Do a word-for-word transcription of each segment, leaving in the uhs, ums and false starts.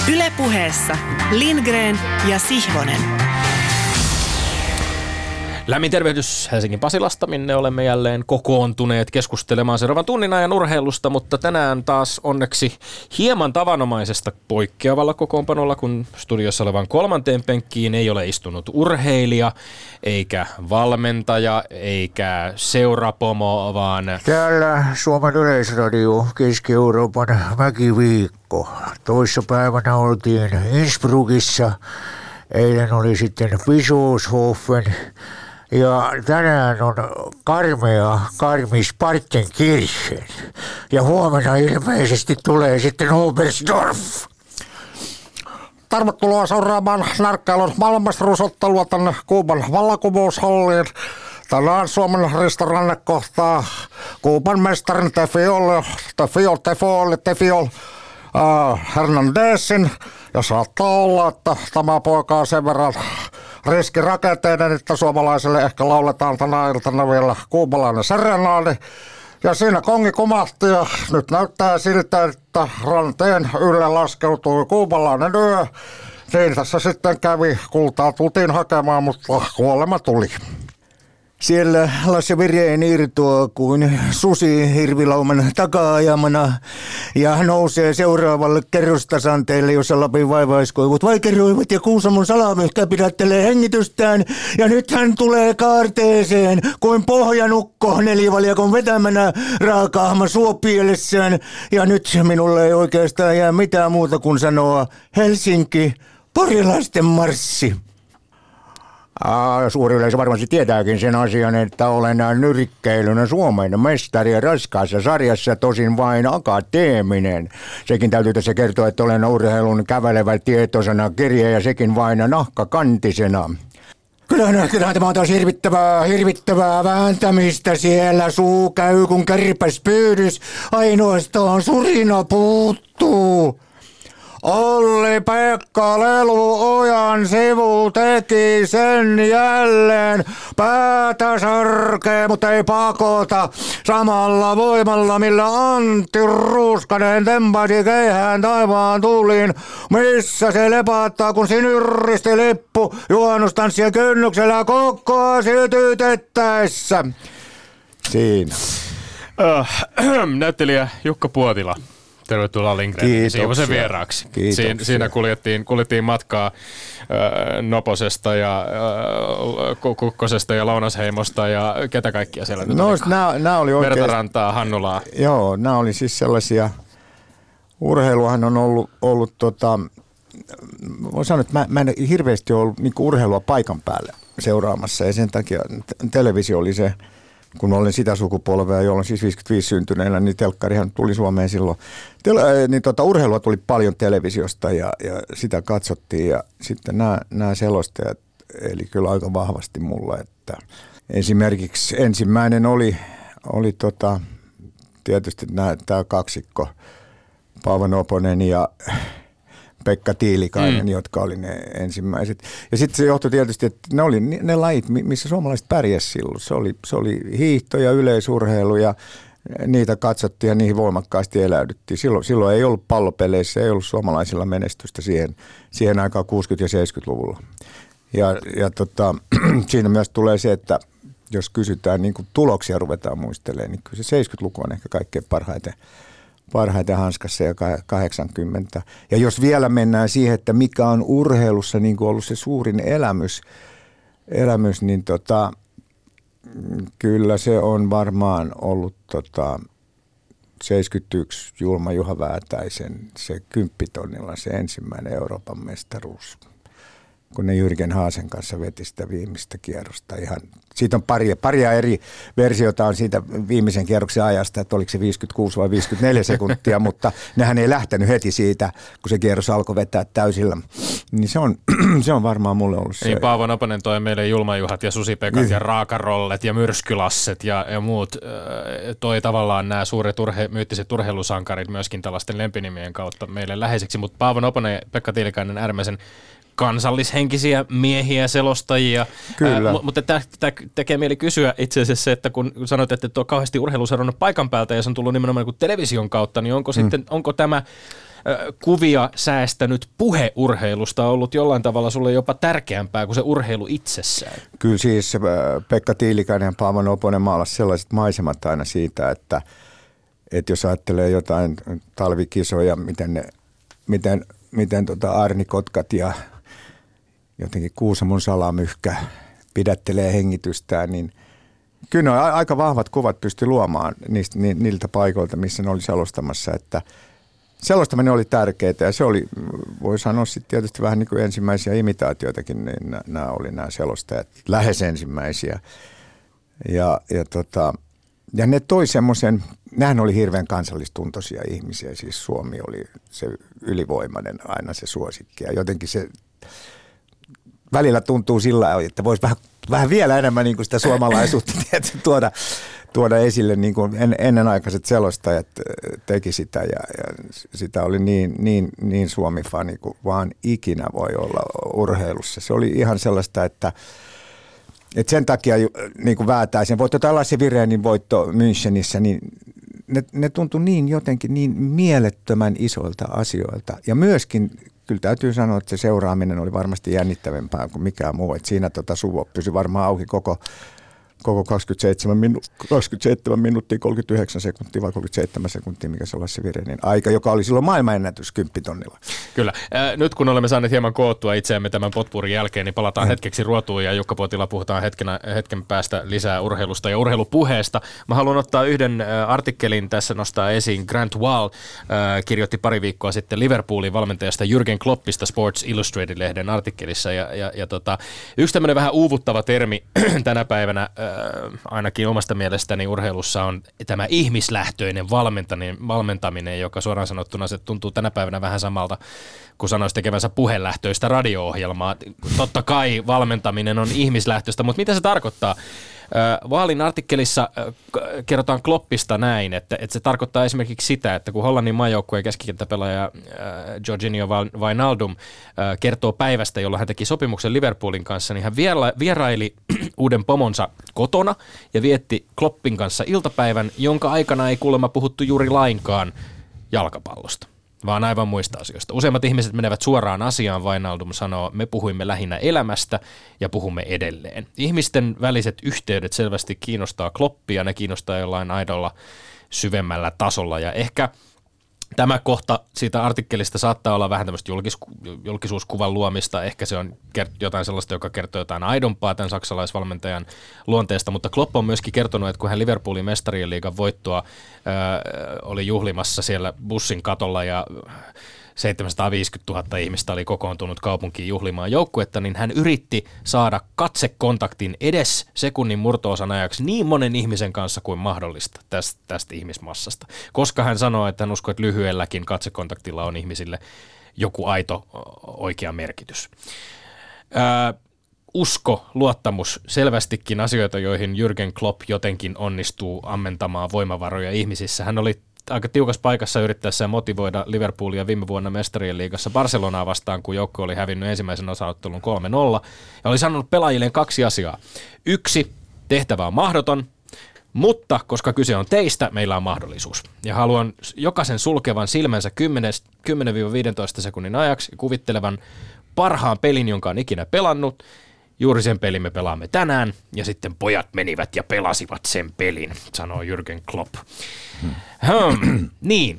Yle Puheessa Lindgren ja Sihvonen. Lämmin tervehdys Helsingin Pasilasta, minne olemme jälleen kokoontuneet keskustelemaan seuraavan tunnin ajan urheilusta, mutta tänään taas onneksi hieman tavanomaisesta poikkeavalla kokoonpanolla, kun studiossa olevan kolmanteen penkkiin ei ole istunut urheilija, eikä valmentaja, eikä seurapomo, vaan... Täällä Suomen Yleisradio Keski-Euroopan mäkiviikko. Toissapäivänä oltiin Innsbruckissa, eilen oli sitten Bischofshofen. Ja tänään on karmea Garmisch-Partenkirchen. Ja huomenna ilmeisesti tulee sitten Oberstdorf. Tervetuloa seuraamaan närkkäilyn maailmanmestaruusottelua tänne Kuuban vallankumoushalliin. Tänään Suomen ristoranne kohtaa Kuuban mestarin Tefiol, Tefiol, Tefiol, Tefiol äh, Hernandezin. Ja saattaa olla, että tämä poika on sen verran riskirakenteinen, että suomalaisille ehkä lauletaan tänä iltana vielä kuubalainen serenaadi. Ja siinä kongi kumahti ja nyt näyttää siltä, että ranteen ylle laskeutui kuubalainen yö. Niin tässä sitten kävi, kultaa tultiin hakemaan, mutta kuolema tuli. Siellä Lasse Vireen irtoaa kuin susi hirvilauman taka-ajamana ja nousee seuraavalle kerrostasanteelle, jossa Lapin vaivaiskoivut vaikeroivat ja Kuusamon salamyhkä pidättelee hengitystään. Ja nyt hän tulee kaarteeseen kuin pohjanukko nelivaljakon vetämänä raakaahma suopielessään. Ja nyt minulle ei oikeastaan jää mitään muuta kuin sanoa Helsinki, porilaisten marssi. Aa, suuri yleisö varmasti tietääkin sen asian, että olen nyrkkeilyn Suomen mestari raskaassa sarjassa, tosin vain akateeminen. Sekin täytyy tässä kertoa, että olen urheilun kävelevä tietoisena kirja ja sekin vain nahkakantisena. Kyllähän, kyllähän tämä on taas hirvittävää, hirvittävää vääntämistä siellä. Suu käy kun kärpäs pyydys, ainoastaan surina puuttuu. Olli-Pekka Leluojan sivu teki sen jälleen. Päätä särkee, mutta ei pakota. Samalla voimalla, millä Antti Ruuskanen tempasi keihään taivaan tuliin. Missä se lepattaa, kun sinyrristi lippu juhannustanssien kynnyksellä kokkoa sytytettäessä. Siinä. Äh, näyttelijä Jukka Puotila. Tervetuloa Lindgren Siivosen vieraaksi. Siin, siinä kuljettiin, kuljettiin matkaa äh, Noposesta ja äh, Kukkosesta ja Lounasheimosta ja ketä kaikkia siellä nyt no, oli? Nää, nää oli oikein... Vertarantaa, Hannulaa. Joo, nämä oli siis sellaisia... Urheiluhan on ollut, ollut tota... Voin sanoa, että mä, mä en hirveästi ollut niinku urheilua paikan päälle seuraamassa ja sen takia televisio oli se... Kun olin sitä sukupolvea, jolloin siis viisikymmentäviisi syntyneenä, niin telkkarihan tuli Suomeen silloin. Tel- niin tota, urheilua tuli paljon televisiosta ja, ja sitä katsottiin. Ja sitten nämä, nämä selostajat, eli kyllä aika vahvasti mulla. Että esimerkiksi ensimmäinen oli, oli tota, tietysti tämä kaksikko, Paavo Noponen ja Pekka Tiilikainen, mm. jotka oli ne ensimmäiset. Ja sitten se johtui tietysti, että ne oli ne lajit, missä suomalaiset pärjäsivät silloin. Se oli, se oli hiihto ja yleisurheilu ja niitä katsottiin ja niihin voimakkaasti eläydyttiin. Silloin, silloin ei ollut pallopeleissä, ei ollut suomalaisilla menestystä siihen, siihen aikaan kuusikymmentä- ja seitsemänkymmentäluvulla. Ja, ja tota, siinä myös tulee se, että jos kysytään, niin kuin tuloksia ruvetaan muistelemaan, niin kyllä se seitsemänkymmentäluku on ehkä kaikkein parhaiten. Parhaiten hanskassa ja kahdeksankymmentä. Ja jos vielä mennään siihen, että mikä on urheilussa niin kuin ollut se suurin elämys, elämys niin tota, kyllä se on varmaan ollut tota, seitsemänkymmentäyksi Julma Juha Väätäisen se kymppitonnilla se ensimmäinen Euroopan mestaruus. Kun ne Jürgen Haasen kanssa veti sitä viimeistä kierrosta. Ihan, siitä on paria, paria eri versiota on siitä viimeisen kierroksen ajasta, että oliko se viisikymmentäkuusi vai viisikymmentäneljä sekuntia, mutta nehän ei lähtenyt heti siitä, kun se kierros alkoi vetää täysillä. Niin se on, se on varmaan mulle ollut se. Niin Paavo Noponen toi meille Julmajuhat ja Susipekat mm. ja Raakarollet ja Myrskylasset ja, ja muut. Toi tavallaan nämä suuret urhe, myyttiset urheilusankarit myöskin tällaisten lempinimien kautta meille läheiseksi, mutta Paavo Noponen ja Pekka Tiilikainen äärimmäisen kansallishenkisiä miehiä, selostajia. Kyllä. Ää, mutta tämä tekee mieli kysyä itse asiassa, että kun sanoit, että tuo kauheasti urheilusarjonnut paikan päältä ja se on tullut nimenomaan niin television kautta, niin onko, mm. sitten, onko tämä kuvia säästänyt puheurheilusta on ollut jollain tavalla sulle jopa tärkeämpää kuin se urheilu itsessään. Kyllä siis Pekka Tiilikainen ja Paavo Noponen maalasi sellaiset maisemat aina siitä, että, että jos ajattelee jotain talvikisoja, miten, ne, miten, miten tota aarnikotkat ja jotenkin Kuusamon salamyhkä pidättelee hengitystään, niin kyllä no, aika vahvat kuvat pystyi luomaan niistä, ni, niiltä paikoilta, missä ne oli selostamassa, että selostaminen oli tärkeää ja se oli, voi sanoa sitten tietysti vähän niin kuin ensimmäisiä imitaatioitakin, niin nämä oli nämä selostajat, lähes ensimmäisiä. Ja, ja, tota, ja ne toi semmoisen, nehän oli hirveän kansallistuntoisia ihmisiä, siis Suomi oli se ylivoimainen aina se suosikki ja jotenkin se välillä tuntuu sillä tavalla, että voisi vähän, vähän vielä enemmän niin kuin sitä suomalaisuutta tietysti, tuoda, tuoda esille, niin kuin en, ennenaikaiset selostajat teki sitä ja, ja sitä oli niin, niin, niin Suomi-fani kuin vaan ikinä voi olla urheilussa. Se oli ihan sellaista, että, että sen takia niin kuin Väätäisen voitto tai Lasse Virenin voitto Münchenissä, niin ne, ne tuntui niin jotenkin niin mielettömän isoilta asioilta ja myöskin kyllä täytyy sanoa, että se seuraaminen oli varmasti jännittävämpää kuin mikään muu. Että siinä tota suvo pysyi varmaan auki koko, koko kaksikymmentäseitsemän, minu, kaksikymmentäseitsemän minuuttia, kolmekymmentäyhdeksän sekuntia vai kolmekymmentäseitsemän sekuntia, mikä se Lasse Virenin aika, joka oli silloin maailmanennätys kymppitonnilla. Kyllä. Äh, nyt kun olemme saaneet hieman koottua itseämme tämän potpurin jälkeen, niin palataan hetkeksi ruotuun ja Jukka Puotila puhutaan hetkenä, hetken päästä lisää urheilusta ja urheilupuheesta. Mä haluan ottaa yhden äh, artikkelin tässä nostaa esiin. Grant Wall äh, kirjoitti pari viikkoa sitten Liverpoolin valmentajasta Jürgen Kloppista Sports Illustrated-lehden artikkelissa ja, ja, ja tota, yksi tämmöinen vähän uuvuttava termi tänä päivänä äh, ainakin omasta mielestäni urheilussa on tämä ihmislähtöinen valmentaminen, valmentaminen, joka suoraan sanottuna se tuntuu tänä päivänä vähän samalta, kun sanoisi tekevänsä puhelähtöistä radio-ohjelmaa. Totta kai valmentaminen on ihmislähtöistä, mutta mitä se tarkoittaa? Wallin artikkelissa kerrotaan Kloppista näin, että, että se tarkoittaa esimerkiksi sitä, että kun Hollannin maajoukkueen keskikenttäpelaaja Jorginho Wijnaldum kertoo päivästä, jolloin hän teki sopimuksen Liverpoolin kanssa, niin hän vieraili uuden pomonsa kotona ja vietti Kloppin kanssa iltapäivän, jonka aikana ei kuulemma puhuttu juuri lainkaan jalkapallosta, vaan aivan muista asioista. Useimmat ihmiset menevät suoraan asiaan, Wijnaldum sanoo, me puhuimme lähinnä elämästä ja puhumme edelleen. Ihmisten väliset yhteydet selvästi kiinnostaa Kloppia, ne kiinnostaa jollain aidolla syvemmällä tasolla ja ehkä tämä kohta siitä artikkelista saattaa olla vähän tämmöistä julkis- julkisuuskuvan luomista, ehkä se on kert- jotain sellaista, joka kertoo jotain aidompaa tämän saksalaisvalmentajan luonteesta, mutta Klopp on myöskin kertonut, että kun hän Liverpoolin mestarien liigan voittoa ää, oli juhlimassa siellä bussin katolla ja seitsemänsataaviisikymmentätuhatta ihmistä oli kokoontunut kaupunkiin juhlimaan joukkuetta, niin hän yritti saada katsekontaktin edes sekunnin murto-osan ajaksi niin monen ihmisen kanssa kuin mahdollista tästä, tästä ihmismassasta. Koska hän sanoo, että hän uskoo, että lyhyelläkin katsekontaktilla on ihmisille joku aito oikea merkitys. Ää, usko, luottamus, selvästikin asioita, joihin Jürgen Klopp jotenkin onnistuu ammentamaan voimavaroja ihmisissä. Hän oli aika tiukassa paikassa yrittäessään motivoida Liverpoolia viime vuonna mestarien liigassa Barcelonaa vastaan, kun joukko oli hävinnyt ensimmäisen osaottelun kolme nolla. Ja oli sanonut pelaajilleen kaksi asiaa. Yksi, tehtävä on mahdoton, mutta koska kyse on teistä, meillä on mahdollisuus. Ja haluan jokaisen sulkevan silmänsä kymmenen viisitoista sekunnin ajaksi ja kuvittelevan parhaan pelin, jonka on ikinä pelannut. Juuri sen pelin me pelaamme tänään, ja sitten pojat menivät ja pelasivat sen pelin, sanoo Jürgen Klopp. Hmm. Hmm. Niin,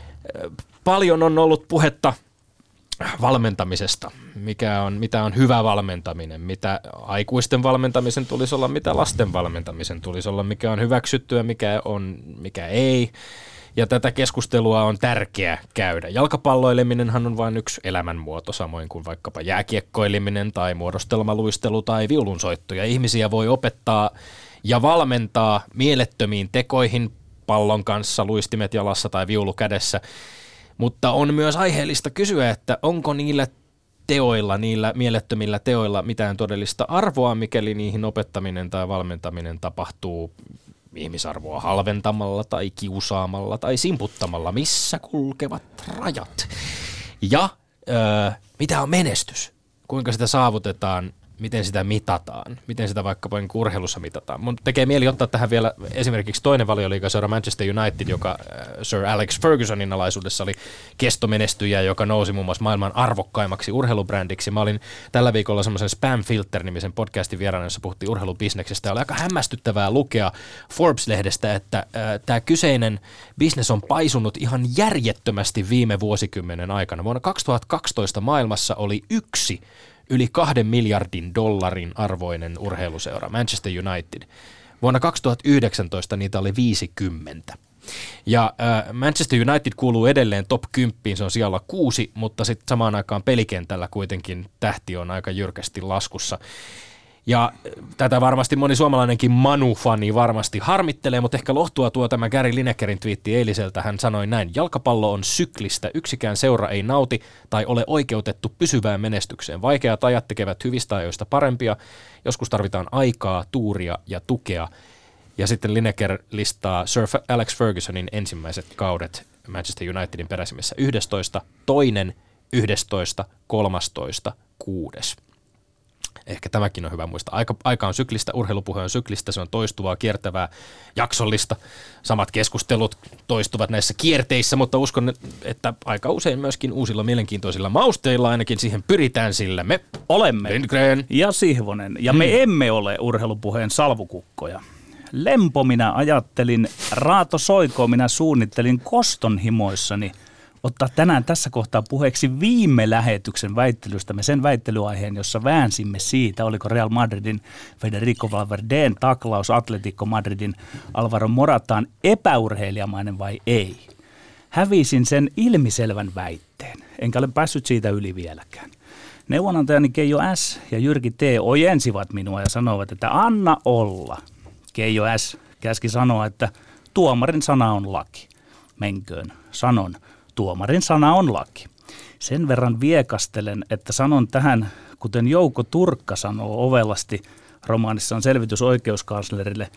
paljon on ollut puhetta valmentamisesta, mikä on, mitä on hyvä valmentaminen, mitä aikuisten valmentamisen tulisi olla, mitä lasten valmentamisen tulisi olla, mikä on hyväksyttyä, mikä on, mikä ei. Ja tätä keskustelua on tärkeää käydä. Jalkapalloileminenhan on vain yksi elämänmuoto, samoin kuin vaikkapa jääkiekkoileminen tai muodostelmaluistelu tai viulunsoitto. Ja ihmisiä voi opettaa ja valmentaa mielettömiin tekoihin pallon kanssa, luistimet jalassa tai viulu kädessä. Mutta on myös aiheellista kysyä, että onko niillä teoilla, niillä mielettömillä teoilla mitään todellista arvoa, mikäli niihin opettaminen tai valmentaminen tapahtuu ihmisarvoa halventamalla tai kiusaamalla tai simputtamalla, missä kulkevat rajat. Ja öö, mitä on menestys? Kuinka sitä saavutetaan miten sitä mitataan, miten sitä vaikkapa niin urheilussa mitataan. Mun tekee mieli ottaa tähän vielä esimerkiksi toinen valioliigaseura Manchester United, joka Sir Alex Fergusonin alaisuudessa oli kestomenestyjä, joka nousi muun muassa maailman arvokkaimmaksi urheilubrändiksi. Mä olin tällä viikolla semmoisen Spam Filter-nimisen podcastin vieraana, jossa puhuttiin urheilubisneksestä. Oli aika hämmästyttävää lukea Forbes-lehdestä, että äh, tämä kyseinen bisnes on paisunut ihan järjettömästi viime vuosikymmenen aikana. Vuonna kaksituhattakaksitoista maailmassa oli yksi yli kahden miljardin dollarin arvoinen urheiluseura, Manchester United. Vuonna kaksituhattayhdeksäntoista niitä oli viisikymmentä. Ja äh, Manchester United kuuluu edelleen top kymmenen, se on siellä kuusi, mutta sitten samaan aikaan pelikentällä kuitenkin tähti on aika jyrkästi laskussa. Ja tätä varmasti moni suomalainenkin Manu-fani varmasti harmittelee, mutta ehkä lohtua tuo tämä Gary Linekerin twiitti eiliseltä. Hän sanoi näin: jalkapallo on syklistä, yksikään seura ei nauti tai ole oikeutettu pysyvään menestykseen. Vaikeat ajat tekevät hyvistä ajoista parempia, joskus tarvitaan aikaa, tuuria ja tukea. Ja sitten Lineker listaa Sir Alex Fergusonin ensimmäiset kaudet Manchester Unitedin peräisimmässä yksitoista, toinen, yksitoista, kolmetoista, kuudes. Ehkä tämäkin on hyvä muistaa. Aika, aika on syklistä, urheilupuhe on syklistä, se on toistuvaa, kiertävää, jaksollista. Samat keskustelut toistuvat näissä kierteissä, mutta uskon, että aika usein myöskin uusilla mielenkiintoisilla mausteilla ainakin siihen pyritään, sillä me olemme Lindgren ja Sihvonen, ja me hmm. emme ole urheilupuheen salvukukkoja. Lempo minä ajattelin, raato soikoo minä suunnittelin koston himoissani ottaa tänään tässä kohtaa puheeksi viime lähetyksen väittelystämme, sen väittelyaiheen, jossa väänsimme siitä, oliko Real Madridin Federico Valverdeen taklaus Atletico Madridin Alvaro Morataan epäurheilijamainen vai ei. Hävisin sen ilmiselvän väitteen, enkä ole päässyt siitä yli vieläkään. Neuvonantajani Keijo S. ja Jyrki T. ojensivat minua ja sanoivat, että anna olla. Keijo S. käski sanoa, että tuomarin sana on laki. Menköön, sanon. Tuomarin sana on laki. Sen verran viekastelen, että sanon tähän, kuten Jouko Turkka sanoo ovelasti romaanissaan selvitys oikeuskanslerille,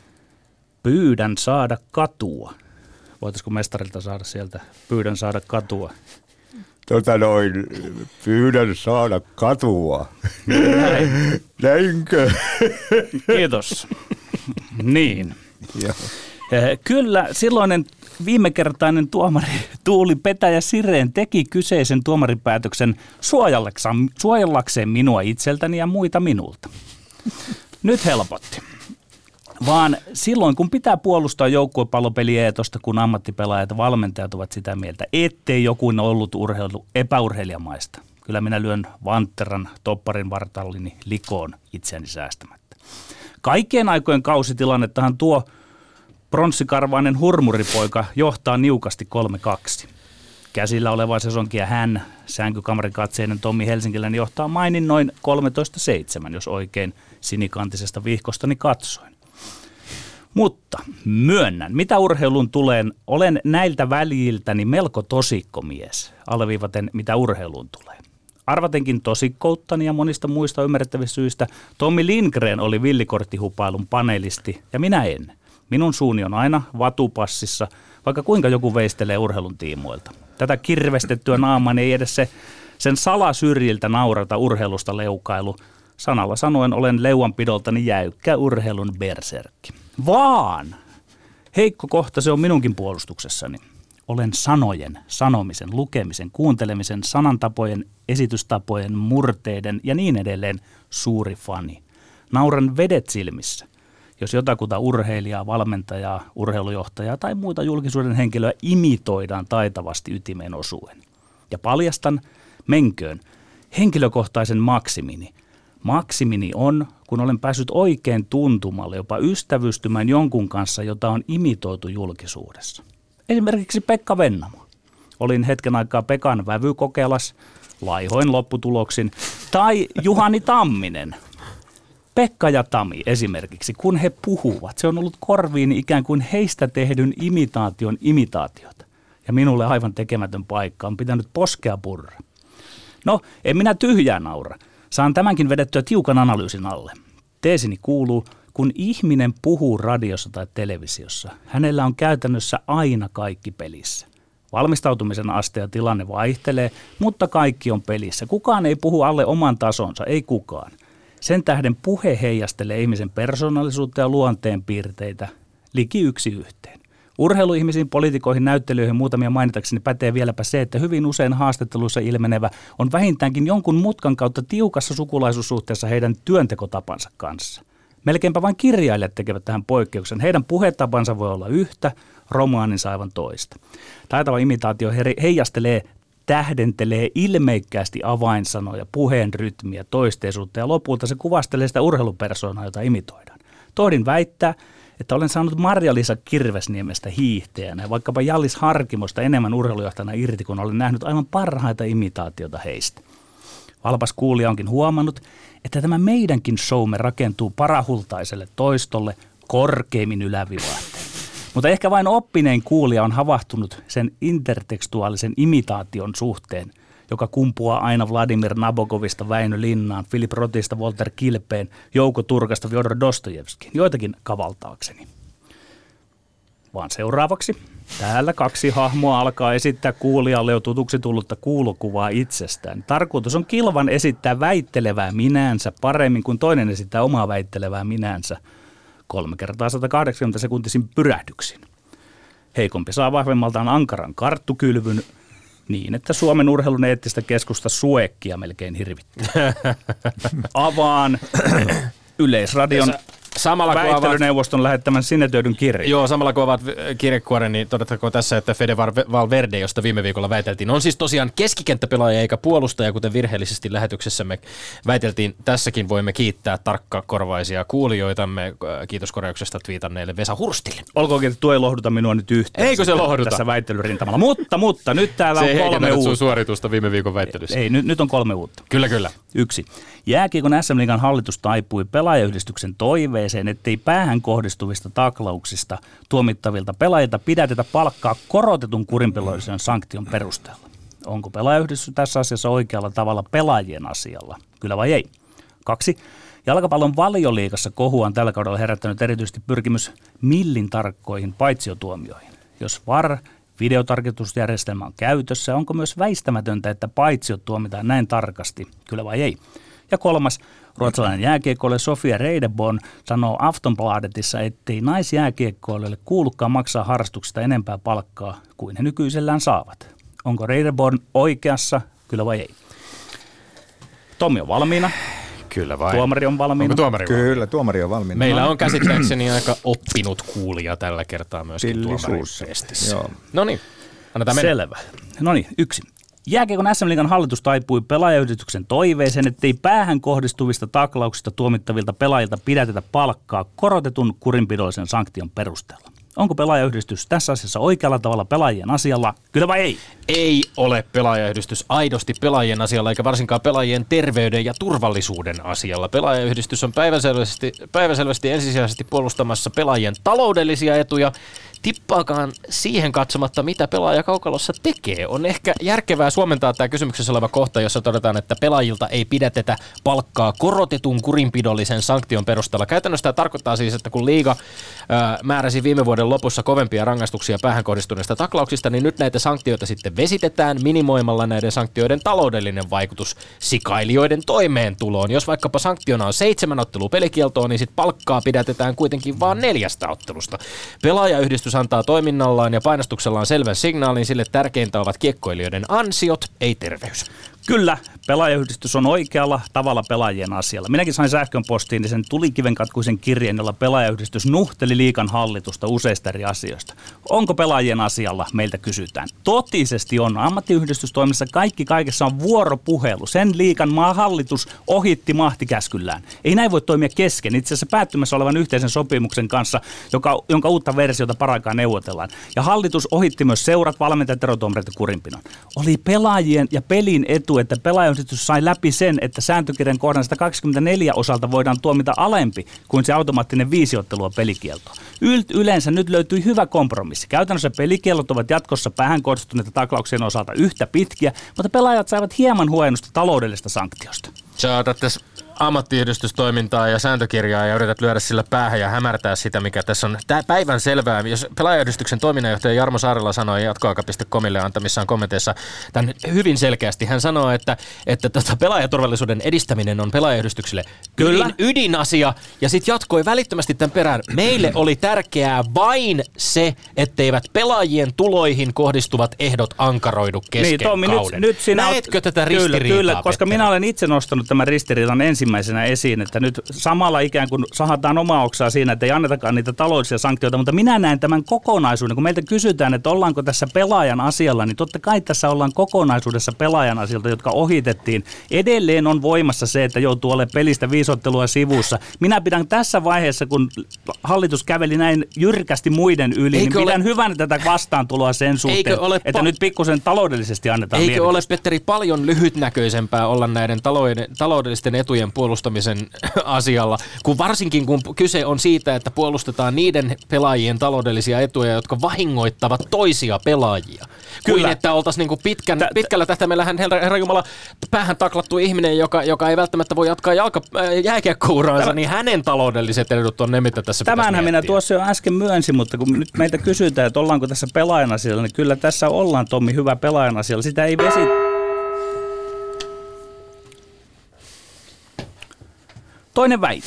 pyydän saada katua. Voitaisiko mestarilta saada sieltä pyydän saada katua? Tota noin, pyydän saada katua. Näin. Näinkö? Kiitos. Niin. Kyllä, silloinen viimekertainen tuomari Tuuli Petäjä Sireen teki kyseisen tuomaripäätöksen suojellakseen minua itseltäni ja muita minulta. Nyt helpotti. Vaan silloin, kun pitää puolustaa joukkuepallopelieetosta, kun ammattipelaajat ja valmentajat ovat sitä mieltä, ettei joku ollut urheilu epäurheilijamaista. Kyllä minä lyön vantteran topparin vartallini likoon itseäni säästämättä. Kaikkien aikojen kausitilannettahan tuo pronssikarvainen hurmuripoika johtaa niukasti kolme kaksi. Käsillä oleva sesonkia hän, sänkykamarin katseinen Tommi Helsinkiläinen, johtaa mainin noin kolmetoista seitsemän, jos oikein sinikantisesta vihkostani katsoin. Mutta myönnän, mitä urheiluun tulee, olen näiltä väljiltäni melko tosikkomies, alleviivaten mitä urheiluun tulee. Arvatenkin tosikkouttani ja monista muista ymmärrettävistä syistä Tommi Lindgren oli villikorttihupailun panelisti ja minä en. Minun suuni on aina vatupassissa, vaikka kuinka joku veistelee urheilun tiimoilta. Tätä kirvestettyä naaman ei edes se, sen salasyrjiltä naurata urheilusta leukailu. Sanalla sanoen olen leuanpidoltani jäykkä urheilun berserkki. Vaan heikko kohta se on minunkin puolustuksessani. Olen sanojen, sanomisen, lukemisen, kuuntelemisen, sanantapojen, esitystapojen, murteiden ja niin edelleen suuri fani. Nauran vedet silmissä, jos jotakuta urheilijaa, valmentajaa, urheilujohtajaa tai muuta julkisuuden henkilöä imitoidaan taitavasti ytimeen osuen. Ja paljastan, menköön, henkilökohtaisen maksimini. Maksimini on, kun olen päässyt oikein tuntumalle, jopa ystävystymään jonkun kanssa, jota on imitoitu julkisuudessa. Esimerkiksi Pekka Vennamo. Olin hetken aikaa Pekan vävykokeilas, laihoin lopputuloksin, tai Juhani Tamminen. Pekka ja Tami esimerkiksi, kun he puhuvat, se on ollut korviini ikään kuin heistä tehdyn imitaation imitaatiota. Ja minulle aivan tekemätön paikka on pitänyt poskea purra. No, en minä tyhjää naura. Saan tämänkin vedettyä tiukan analyysin alle. Teesini kuuluu, kun ihminen puhuu radiossa tai televisiossa, hänellä on käytännössä aina kaikki pelissä. Valmistautumisen aste ja tilanne vaihtelee, mutta kaikki on pelissä. Kukaan ei puhu alle oman tasonsa, ei kukaan. Sen tähden puhe heijastelee ihmisen persoonallisuutta ja luonteen piirteitä liki yksi yhteen. Urheiluihmisiin, poliitikoihin, näyttelyihin muutamia mainitakseni pätee vieläpä se, että hyvin usein haastatteluissa ilmenevä on vähintäänkin jonkun mutkan kautta tiukassa sukulaisuussuhteessa heidän työntekotapansa kanssa. Melkeinpä vain kirjailijat tekevät tähän poikkeuksen. Heidän puhetapansa voi olla yhtä, romaaninsa aivan toista. Taitava imitaatio heijastelee, tähdentelee ilmeikkäästi avainsanoja, puheen rytmiä, toisteisuutta ja lopulta se kuvastelee sitä urheilupersoonaa, jota imitoidaan. Tohdin väittää, että olen saanut Marja-Liisa Kirvesniemestä hiihtäjänä ja vaikkapa Jallis Harkimosta enemmän urheilujohtajana irti, kun olen nähnyt aivan parhaita imitaatiota heistä. Valpas kuulija onkin huomannut, että tämä meidänkin showme rakentuu parahultaiselle toistolle korkeimmin ylävivahteen. Mutta ehkä vain oppineen kuulija on havahtunut sen intertekstuaalisen imitaation suhteen, joka kumpuaa aina Vladimir Nabokovista Väinö Linnaan, Philip Rothista Walter Kilpeen, Jouko Turkasta Fjodor Dostojevskiin, joitakin kavaltaakseni. Vaan seuraavaksi täällä kaksi hahmoa alkaa esittää kuulijalle jo tutuksi tullutta kuulokuvaa itsestään. Tarkoitus on kilvan esittää väittelevää minäänsä paremmin kuin toinen esittää omaa väittelevää minäänsä kolme kertaa sata kahdeksankymmentä sekuntisin pyrähdyksin. Heikompi saa vahvemmaltaan ankaran karttukylvyn niin, että Suomen urheilun eettistä keskusta Suekkia melkein hirvittää. Avaan Yleisradion samalla väittelyneuvoston lähettämän sinetöidyn kirjan. Joo, samalla kun ovat kirjekuoren, niin todettakoon tässä, että Fede Valverde, josta viime viikolla väiteltiin, on siis tosiaan keskikenttäpelaaja eikä puolustaja, kuten virheellisesti lähetyksessämme väiteltiin. Tässäkin voimme kiittää tarkkakorvaisia kuulijoitamme. Kiitos korjauksesta twiitanneille Vesa Hurstille. Olkoonkin, että tuo ei lohduta minua nyt yhtään. Eikö se lohduta? Tässä väittelyrintamalla. Mutta, mutta nyt täällä se on kolme uutta. sun suoritusta viime viikon väittelyssä. Ei, nyt, nyt on kolme uutta. Kyllä, kyllä. Yksi. Jääkiekon S M-liigan hallitus taipui pelaajayhdistyksen toiveeseen, ettei päähän kohdistuvista taklauksista tuomittavilta pelaajilta pidätetä palkkaa korotetun kurinpidollisen sanktion perusteella. Onko pelaajayhdistys tässä asiassa oikealla tavalla pelaajien asialla? Kyllä vai ei? Kaksi. Jalkapallon Valioliigassa kohua on tällä kaudella herättänyt erityisesti pyrkimys millin tarkkoihin paitsiotuomioihin. Jos V A R, videotarkistusjärjestelmä on käytössä, onko myös väistämätöntä, että paitsiot tuomitaan näin tarkasti? Kyllä vai ei? Ja kolmas, ruotsalainen jääkiekkoilija Sofia Reideborn sanoo Aftonbladetissa, ettei naisjääkiekkoilijoille kuulukaan maksaa harrastuksesta enempää palkkaa kuin he nykyisellään saavat. Onko Reideborn oikeassa? Kyllä vai ei? Tommi on valmiina. Kyllä vai. Tuomari on valmiina. Onko tuomari valmiina? Kyllä, tuomari on valmiina. Meillä on käsittääkseni aika oppinut kuulija tällä kertaa myöskin tuomaripestissä. No niin, annetaan mennä. Selvä. No niin, yksi. Jääkiekon S M-liigan hallitus taipui pelaajayhdistyksen toiveeseen, ettei päähän kohdistuvista taklauksista tuomittavilta pelaajilta pidätetä palkkaa korotetun kurinpidollisen sanktion perusteella. Onko pelaajayhdistys tässä asiassa oikealla tavalla pelaajien asialla? Kyllä vai ei? Ei ole pelaajayhdistys aidosti pelaajien asialla, eikä varsinkaan pelaajien terveyden ja turvallisuuden asialla. Pelaajayhdistys on päivänselvästi, päivänselvästi ensisijaisesti puolustamassa pelaajien taloudellisia etuja. Tippaakaan siihen katsomatta, mitä pelaaja kaukalossa tekee. On ehkä järkevää suomentaa tämä kysymyksessä oleva kohta, jossa todetaan, että pelaajilta ei pidätetä palkkaa korotetun kurinpidollisen sanktion perusteella. Käytännössä tämä tarkoittaa siis, että kun liiga ää, määräsi viime vuoden lopussa kovempia rangaistuksia päähän kohdistuneista taklauksista, niin nyt näitä sanktioita sitten vesitetään minimoimalla näiden sanktioiden taloudellinen vaikutus sikailijoiden toimeentuloon. Jos vaikkapa sanktiona on seitsemän ottelua pelikieltoon, niin sitten palkkaa pidätetään kuitenkin vain neljästä ottelusta. Pelaajayhdistys antaa toiminnallaan ja painostuksellaan selvän signaalin, sille tärkeintä ovat kiekkoilijoiden ansiot, ei terveys. Kyllä, pelaajayhdistys on oikealla tavalla pelaajien asialla. Minäkin sain sähkön postiin sen tulikivenkatkuisen kirjeen, jolla pelaajayhdistys nuhteli liigan hallitusta useista eri asioista. Onko pelaajien asialla, meiltä kysytään. Totisesti on. Ammattiyhdistystoiminnassa kaikki kaikessa on vuoropuhelu. Sen liigan maa hallitus ohitti mahtikäskyllään. Ei näin voi toimia kesken. Itse asiassa päättymässä olevan yhteisen sopimuksen kanssa, joka, jonka uutta versiota paraikaa neuvotellaan. Ja hallitus ohitti myös seurat, valmentajat, erotuomarit ja kurinpinon. Oli pelaajien ja pelin etu, että pelaajayhdistys sai läpi sen, että sääntökirjan kohdan sata kaksikymmentäneljä osalta voidaan tuomita alempi kuin se automaattinen viisiottelua pelikieltoa. Yleensä nyt löytyi hyvä kompromissi. Käytännössä pelikiellot ovat jatkossa päähän kohdistuneita taklauksien osalta yhtä pitkiä, mutta pelaajat saivat hieman huojennusta taloudellista sanktiosta. Sä otat tässä ammattiyhdistystoimintaa ja sääntökirjaa ja yrität lyödä sillä päähän ja hämärtää sitä, mikä tässä on tää päivän selvää. Jos pelaajayhdistyksen toiminnanjohtaja Jarmo Saarela sanoi jatkoaika piste comille antamissaan kommenteissa tämän hyvin selkeästi. Hän sanoi, että, että tota pelaajaturvallisuuden edistäminen on pelaajayhdistykselle ydin, ydinasia ja sitten jatkoi välittömästi tämän perään. Meille oli tärkeää vain se, etteivät pelaajien tuloihin kohdistuvat ehdot ankaroidu kesken niin, Tommi, kauden. Nyt, nyt sinä Näetkö oot, tätä ristiriitaa? Kyllä, kyllä, koska Petteri? minä olen itse nostanut tämän ristiriidan ensimmäisenä esiin, että nyt samalla ikään kuin sahataan omaa oksaa siinä, että ei annetakaan niitä taloudellisia sanktioita, mutta minä näen tämän kokonaisuuden. Kun meiltä kysytään, että ollaanko tässä pelaajan asialla, niin totta kai tässä ollaan kokonaisuudessa pelaajan asialta, jotka ohitettiin. Edelleen on voimassa se, että joutuu olemaan pelistä viisottelua sivussa. Minä pidän tässä vaiheessa, kun hallitus käveli näin jyrkästi muiden yli, Eikö niin pidän ole... hyvänä tätä vastaantuloa sen suhteen, ole... että pa... nyt pikkusen taloudellisesti annetaan Eikö lievitystä. ole, Petteri, paljon lyhytnäköisempää olla näiden taloudellisten etujen puolustamisen asialla, kun varsinkin kun kyse on siitä, että puolustetaan niiden pelaajien taloudellisia etuja, jotka vahingoittavat toisia pelaajia. Kyllä. Kuin että oltaisiin niin pitkän, pitkällä tähtäimellähän herra, herra Jumala päähän taklattu ihminen, joka, joka ei välttämättä voi jatkaa jalka, äh, jääkiekkouraansa, niin hänen taloudelliset edut on ne, mitä tässä Tämänhän minä tuossa jo äsken myönsin, mutta kun nyt meitä kysytään, että ollaanko tässä pelaajan asialla, niin kyllä tässä ollaan, Tommi, hyvä pelaajan asialla. Sitä ei vesi... Toinen väite.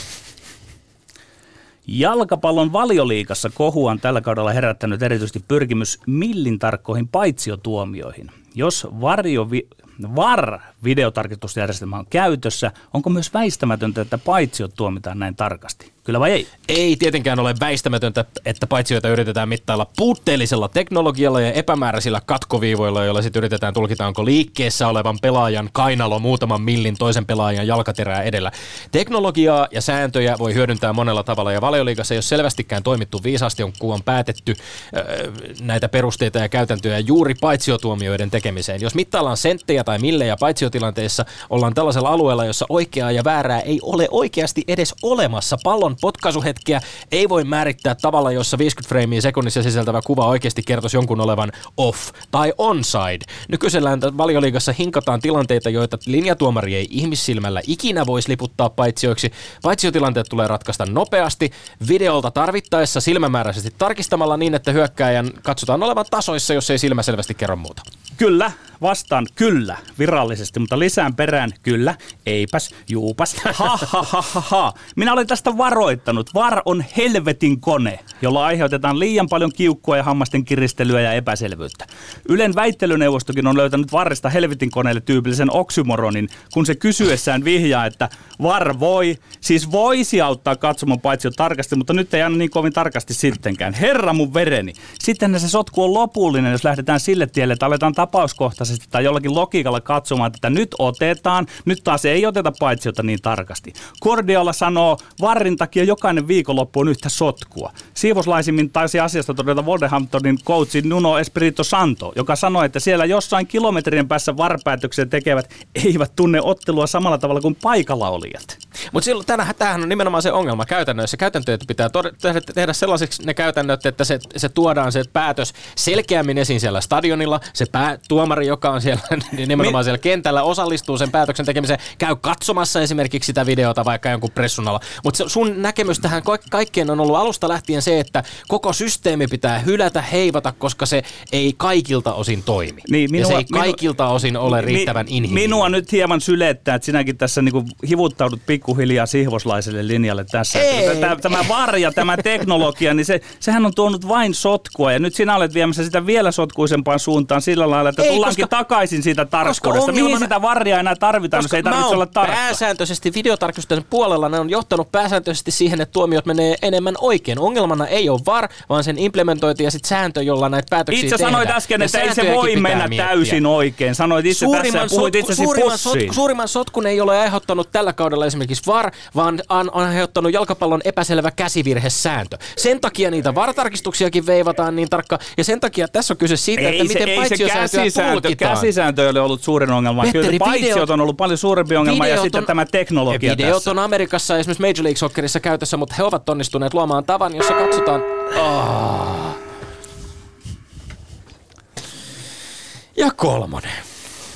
Jalkapallon Valioliigassa kohua on tällä kaudella herättänyt erityisesti pyrkimys millin tarkkoihin paitsiotuomioihin. Jos varjo vi- V A R-videotarkistusjärjestelmä on käytössä, onko myös väistämätöntä, että paitsiot tuomitaan näin tarkasti? Kyllä vai ei? Ei tietenkään ole väistämätöntä, että paitsioita yritetään mittailla puutteellisella teknologialla ja epämääräisillä katkoviivoilla, joilla sitten yritetään tulkita, onko liikkeessä olevan pelaajan kainalo muutaman millin toisen pelaajan jalkaterää edellä. Teknologiaa ja sääntöjä voi hyödyntää monella tavalla, ja Valioliigassa ei ole selvästikään toimittu viisaasti, kun on päätetty äh, näitä perusteita ja käytäntöjä juuri paitsiotuomioiden tekemiseen. Jos mittaillaan senttejä tai millejä paitsiotilanteessa, ollaan tällaisella alueella, jossa oikeaa ja väärää ei ole oikeasti edes olemassa. Pallon potkaisuhetkeä ei voi määrittää tavalla, jossa viisikymmentä freimiä sekunnissa sisältävä kuva oikeasti kertoisi jonkun olevan off tai onside. Nykyisellään Valioliigassa hinkataan tilanteita, joita linjatuomari ei ihmissilmällä ikinä voisi liputtaa paitsioiksi. Paitsiotilanteet tulee ratkaista nopeasti, videolta tarvittaessa silmämääräisesti tarkistamalla niin, että hyökkääjän katsotaan olevan tasoissa, jos ei silmä selvästi kerro muuta. Kyllä, vastaan kyllä virallisesti, mutta lisään perään kyllä, eipäs, juupas, ha ha ha ha ha. Minä olen tästä varoittanut. V A R on helvetin kone, jolla aiheutetaan liian paljon kiukkua ja hammasten kiristelyä ja epäselvyyttä. Ylen väittelyneuvostokin on löytänyt V A Rista helvetin koneelle tyypillisen oksymoronin, kun se kysyessään vihjaa, että V A R voi, siis voisi auttaa katsomaan paitsi jo tarkasti, mutta nyt ei aina niin kovin tarkasti sittenkään. Herra mun vereni. Sitten se sotku on lopullinen, jos lähdetään sille tielle, että aletaan tapauskohtaisesti tai jollakin logiikalla katsomaan, että nyt otetaan, nyt taas ei oteta paitsiota niin tarkasti. Guardiola sanoo, V A Rin takia jokainen viikonloppu on yhtä sotkua. Siivoslaisimmin taisi asiasta todeta Wolverhamptonin coachi Nuno Espirito Santo, joka sanoi, että siellä jossain kilometrien päässä V A R-päätöksiä tekevät eivät tunne ottelua samalla tavalla kuin paikalla olijat. Mutta silloin tämähän on nimenomaan se ongelma käytännössä. Käytäntöjä pitää tod- tehdä sellaiseksi ne käytännöt, että se, se tuodaan se päätös selkeämmin esiin siellä stadionilla. Se pää, tuomari, joka on siellä nimenomaan siellä kentällä, osallistuu sen päätöksen tekemiseen, käy katsomassa esimerkiksi sitä videota vaikka jonkun pressun alla. Mutta sun näkemys tähän kaikkeen on ollut alusta lähtien se, että koko systeemi pitää hylätä, heivata, koska se ei kaikilta osin toimi. Niin, minua, ja se ei kaikilta minu, osin ole riittävän mi, inhimillinen. Minua nyt hieman sylettää, että sinäkin tässä niinku hivuttaudut pikkuhiljaa sihvoslaiselle linjalle tässä. Tämä, tämä V A R ja tämä teknologia, niin se, sehän on tuonut vain sotkua, ja nyt sinä olet viemässä sitä vielä sotkuisempaan suuntaan sillä lailla, että ei, tullaankin koska, takaisin siitä tarkkuudesta. Mihin sitä V A Ria enää tarvitaan, jos ei tarvitse olla tarkka? Pääsääntöisesti videotarkistusten puolella ne on johtanut pääsääntöisesti siihen, että tuomiot menee enemmän oikein. Ongelmana ei ole V A R, vaan sen implementointi ja sit sääntö, jolla näitä päätöksiä itse tehdään. Itse sanoit äsken, että ei se voi mennä miettiä. täysin oikein. Sanoit itse suurimman tässä ja puhuit itsesi suurimman, pussiin. sot, suurimman sotkun ei ole aiheuttanut tällä kaudella esimerkiksi V A R, vaan on aiheuttanut jalkapallon epäselvä käsivirhesääntö. Sen takia niitä V A R-tarkistuksiakin veivataan niin tarkka, ja sen takia tässä on kyse siitä, ei että se, miten paitsiosäätöä tulkitaan. Käsisääntö ei ole ollut suurin ongelma. Petteri, Kyllä paitsiot on ollut paljon suurempi ongelma ja sitten on, tämä teknologia videot tässä. on Amerikassa esimerkiksi Major League Soccerissa käytössä, mutta he ovat onnistuneet luomaan tavan, jossa katsotaan... Oh. Ja kolmonen.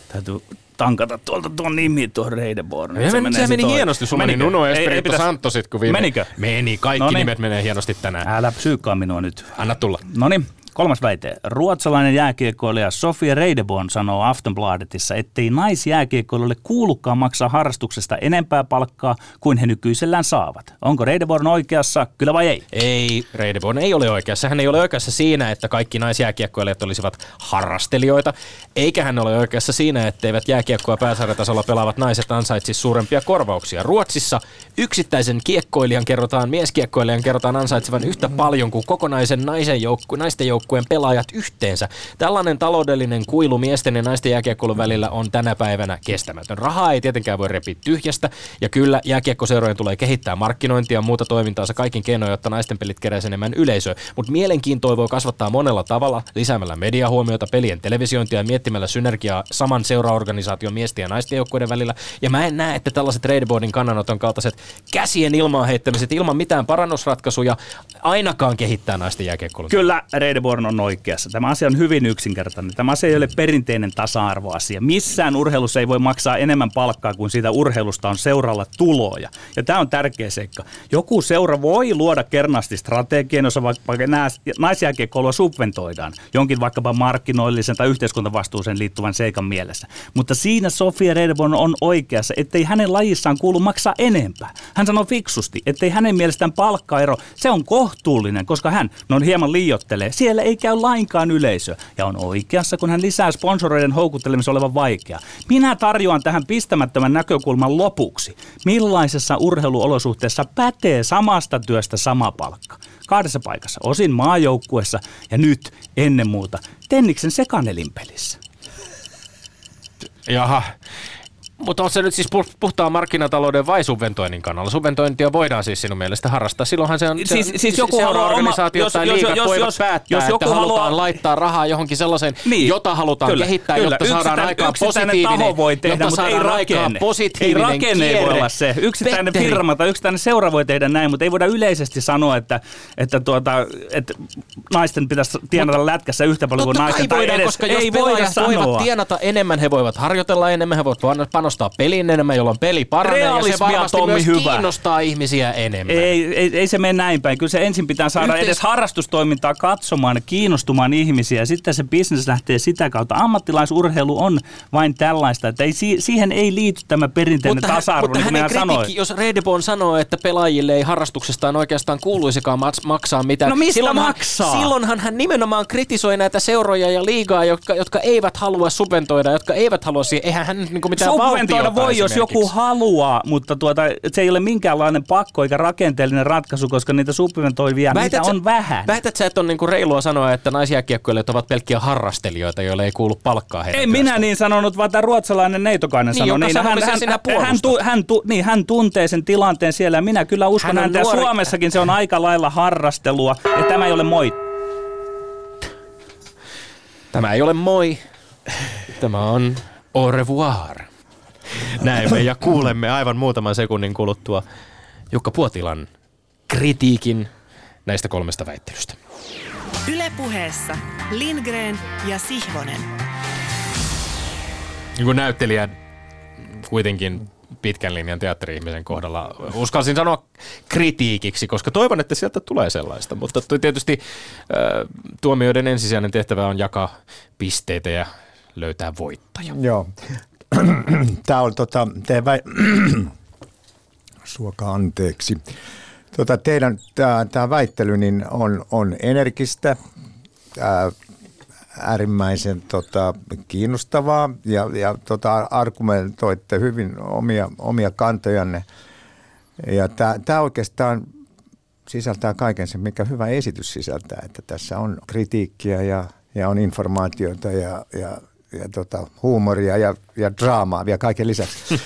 Täytyy tankata tuolta tuon nimi tuohon Reideborn. Se, se meni, meni hienosti. Sulla meni Nuno Espirito Santo sit, kun viime... Menikö? Meni. Kaikki Noniin. Nimet menee hienosti tänään. Älä psyykkaa minua nyt. Anna tulla. Noniin. Kolmas väite. Ruotsalainen jääkiekkoilija Sofia Reideborn sanoo Aftonbladetissa, ettei naisjääkiekkoilijoille kuulukaan maksaa harrastuksesta enempää palkkaa kuin he nykyisellään saavat. Onko Reideborn oikeassa, kyllä vai ei? Ei, Reideborn ei ole oikeassa. Hän ei ole oikeassa siinä, että kaikki naisjääkiekkoilijat olisivat harrastelijoita. Eikä hän ole oikeassa siinä, etteivät jääkiekkoa pääsarjatasolla pelaavat naiset ansaitsisi suurempia korvauksia. Ruotsissa yksittäisen kiekkoilijan kerrotaan, mieskiekkoilijan kerrotaan ansaitsevan yhtä paljon kuin kokonaisen naisen joukku, naisten joukku pelaajat yhteensä. Tällainen taloudellinen kuilu miesten ja naisten jääkiekkoilun välillä on tänä päivänä kestämätön. Rahaa ei tietenkään voi repiä tyhjästä, ja kyllä jääkiekkoseurojen tulee kehittää markkinointia ja muuta toimintaansa kaikin keinoin, jotta naisten pelit keräisi enemmän yleisöä. Mutta mielenkiintoa voi kasvattaa monella tavalla, lisäämällä mediahuomiota, pelien televisiointia ja miettimällä synergiaa saman seuraorganisaation miesten ja naisten joukkueiden välillä. Ja mä en näe, että tällaiset Reidebornin kannanoton kaltaiset käsien ilmaan heittämiset ilman mitään parannusratkaisuja ainakaan kehittää naisten jääkiekkoilun. Kyllä Reideborn on oikeassa. Tämä asia on hyvin yksinkertainen. Tämä asia ei ole perinteinen tasa-arvoasia. Missään urheilussa ei voi maksaa enemmän palkkaa kuin siitä urheilusta on seuralla tuloja. Ja tämä on tärkeä seikka. Joku seura voi luoda kernaasti strategian, jossa vaikka naisjääkiekkoilua subventoidaan jonkin vaikkapa markkinoillisen tai yhteiskuntavastuuseen liittyvän seikan mielessä. Mutta siinä Sofia Reideborn on oikeassa, ettei hänen lajissaan kuulu maksaa enempää. Hän sanoi fiksusti, ettei hänen mielestään palkkaero, se on kohtuullinen, koska hän no hieman liioittelee. Siellä ei käy lainkaan yleisö. Ja on oikeassa, kun hän lisää sponsoroiden houkuttelemisen olevan vaikeaa. Minä tarjoan tähän pistämättömän näkökulman lopuksi. Millaisessa urheiluolosuhteessa pätee samasta työstä sama palkka? Kahdessa paikassa. Osin maajoukkuessa ja nyt ennen muuta Tenniksen sekanelinpelissä. Jaha. Mutta on se nyt siis puhtaan markkinatalouden vai subventoinnin kannalla? Subventointia voidaan siis sinun mielestä harrastaa. Silloinhan se on, siis, se, siis joku seura-organisaatiot tai liigat voivat jos, päättää, jos että halutaan haluaa laittaa rahaa johonkin sellaiseen, niin, jota halutaan kyllä, kehittää, kyllä. Jotta saadaan aikaan positiivinen, taho voi tehdä, jotta saadaan ei rakenne. positiivinen ei rakenne kierre. Ei voi olla se. Yksittäinen Petteri. firma tai yksittäinen seura voi tehdä näin, mutta ei voida yleisesti sanoa, että, että, tuota, että naisten pitäisi tienata mutta, lätkässä yhtä paljon kuin naisten. Tai edes, koska jos pelaajat voivat tienata enemmän, he voivat harjoitella enemmän, he voivat panostaa peliin enemmän, jolloin peli paranee ja se varmasti Tommi, myös hyvä. kiinnostaa ihmisiä enemmän. Ei, ei, ei se mene näin päin. Kyllä se ensin pitää saada Yhteis- edes harrastustoimintaa katsomaan ja kiinnostumaan ihmisiä ja sitten se business lähtee sitä kautta. Ammattilaisurheilu on vain tällaista, että ei, siihen ei liity tämä perinteinen mutta tasa-arvo, mutta niin kuin minä sanoin. Jos Reideborn sanoo, että pelaajille ei harrastuksestaan oikeastaan kuuluisikaan maksaa mitään. No mistä silloinhan, maksaa? Silloinhan hän nimenomaan kritisoi näitä seuroja ja liigaa, jotka, jotka eivät halua subventoida, jotka eivät halua siihen. Eihän hän niin kuin mitään subventoida voi, jos joku haluaa, mutta tuota, se ei ole minkäänlainen pakko eikä rakenteellinen ratkaisu, koska niitä subventoivia, niitä on vähän. Väität sä, että on niinku reilua sanoa, että naisjääkiekkoilijat ovat pelkkiä harrastelijoita, joille ei kuulu palkkaa heidän Ei minä niin sanonut, vaan tämä ruotsalainen Neitokainen niin, sanoi. Niin, hän, hän, hän, hän, tu, hän, tu, niin, hän tuntee sen tilanteen siellä ja minä kyllä uskon häntä. Nuori... Suomessakin se on aika lailla harrastelua ja tämä ei ole moi. Tämä ei ole moi. Tämä on au revoir. Näemme ja kuulemme aivan muutaman sekunnin kuluttua Jukka Puotilan kritiikin näistä kolmesta väittelystä. Yle Puheessa Lindgren ja Sihvonen. Niin kuin näyttelijän kuitenkin pitkän linjan teatteri-ihmisen kohdalla uskalsin sanoa kritiikiksi, koska toivon, että sieltä tulee sellaista. Mutta tietysti äh, tuomioiden ensisijainen tehtävä on jakaa pisteitä ja löytää voittaja. Joo. Tämä on tota, teidän vä- suokaa anteeksi. Tota, teidän tämä väittely niin on, on energistä, ää, äärimmäisen tota, kiinnostavaa ja, ja tota, argumentoitte hyvin omia, omia kantojanne. Ja tämä oikeastaan sisältää kaiken sen, mikä hyvä esitys sisältää, että tässä on kritiikkiä ja, ja on informaatiota ja, ja ja tota, huumoria ja, ja draamaa vielä kaiken lisäksi.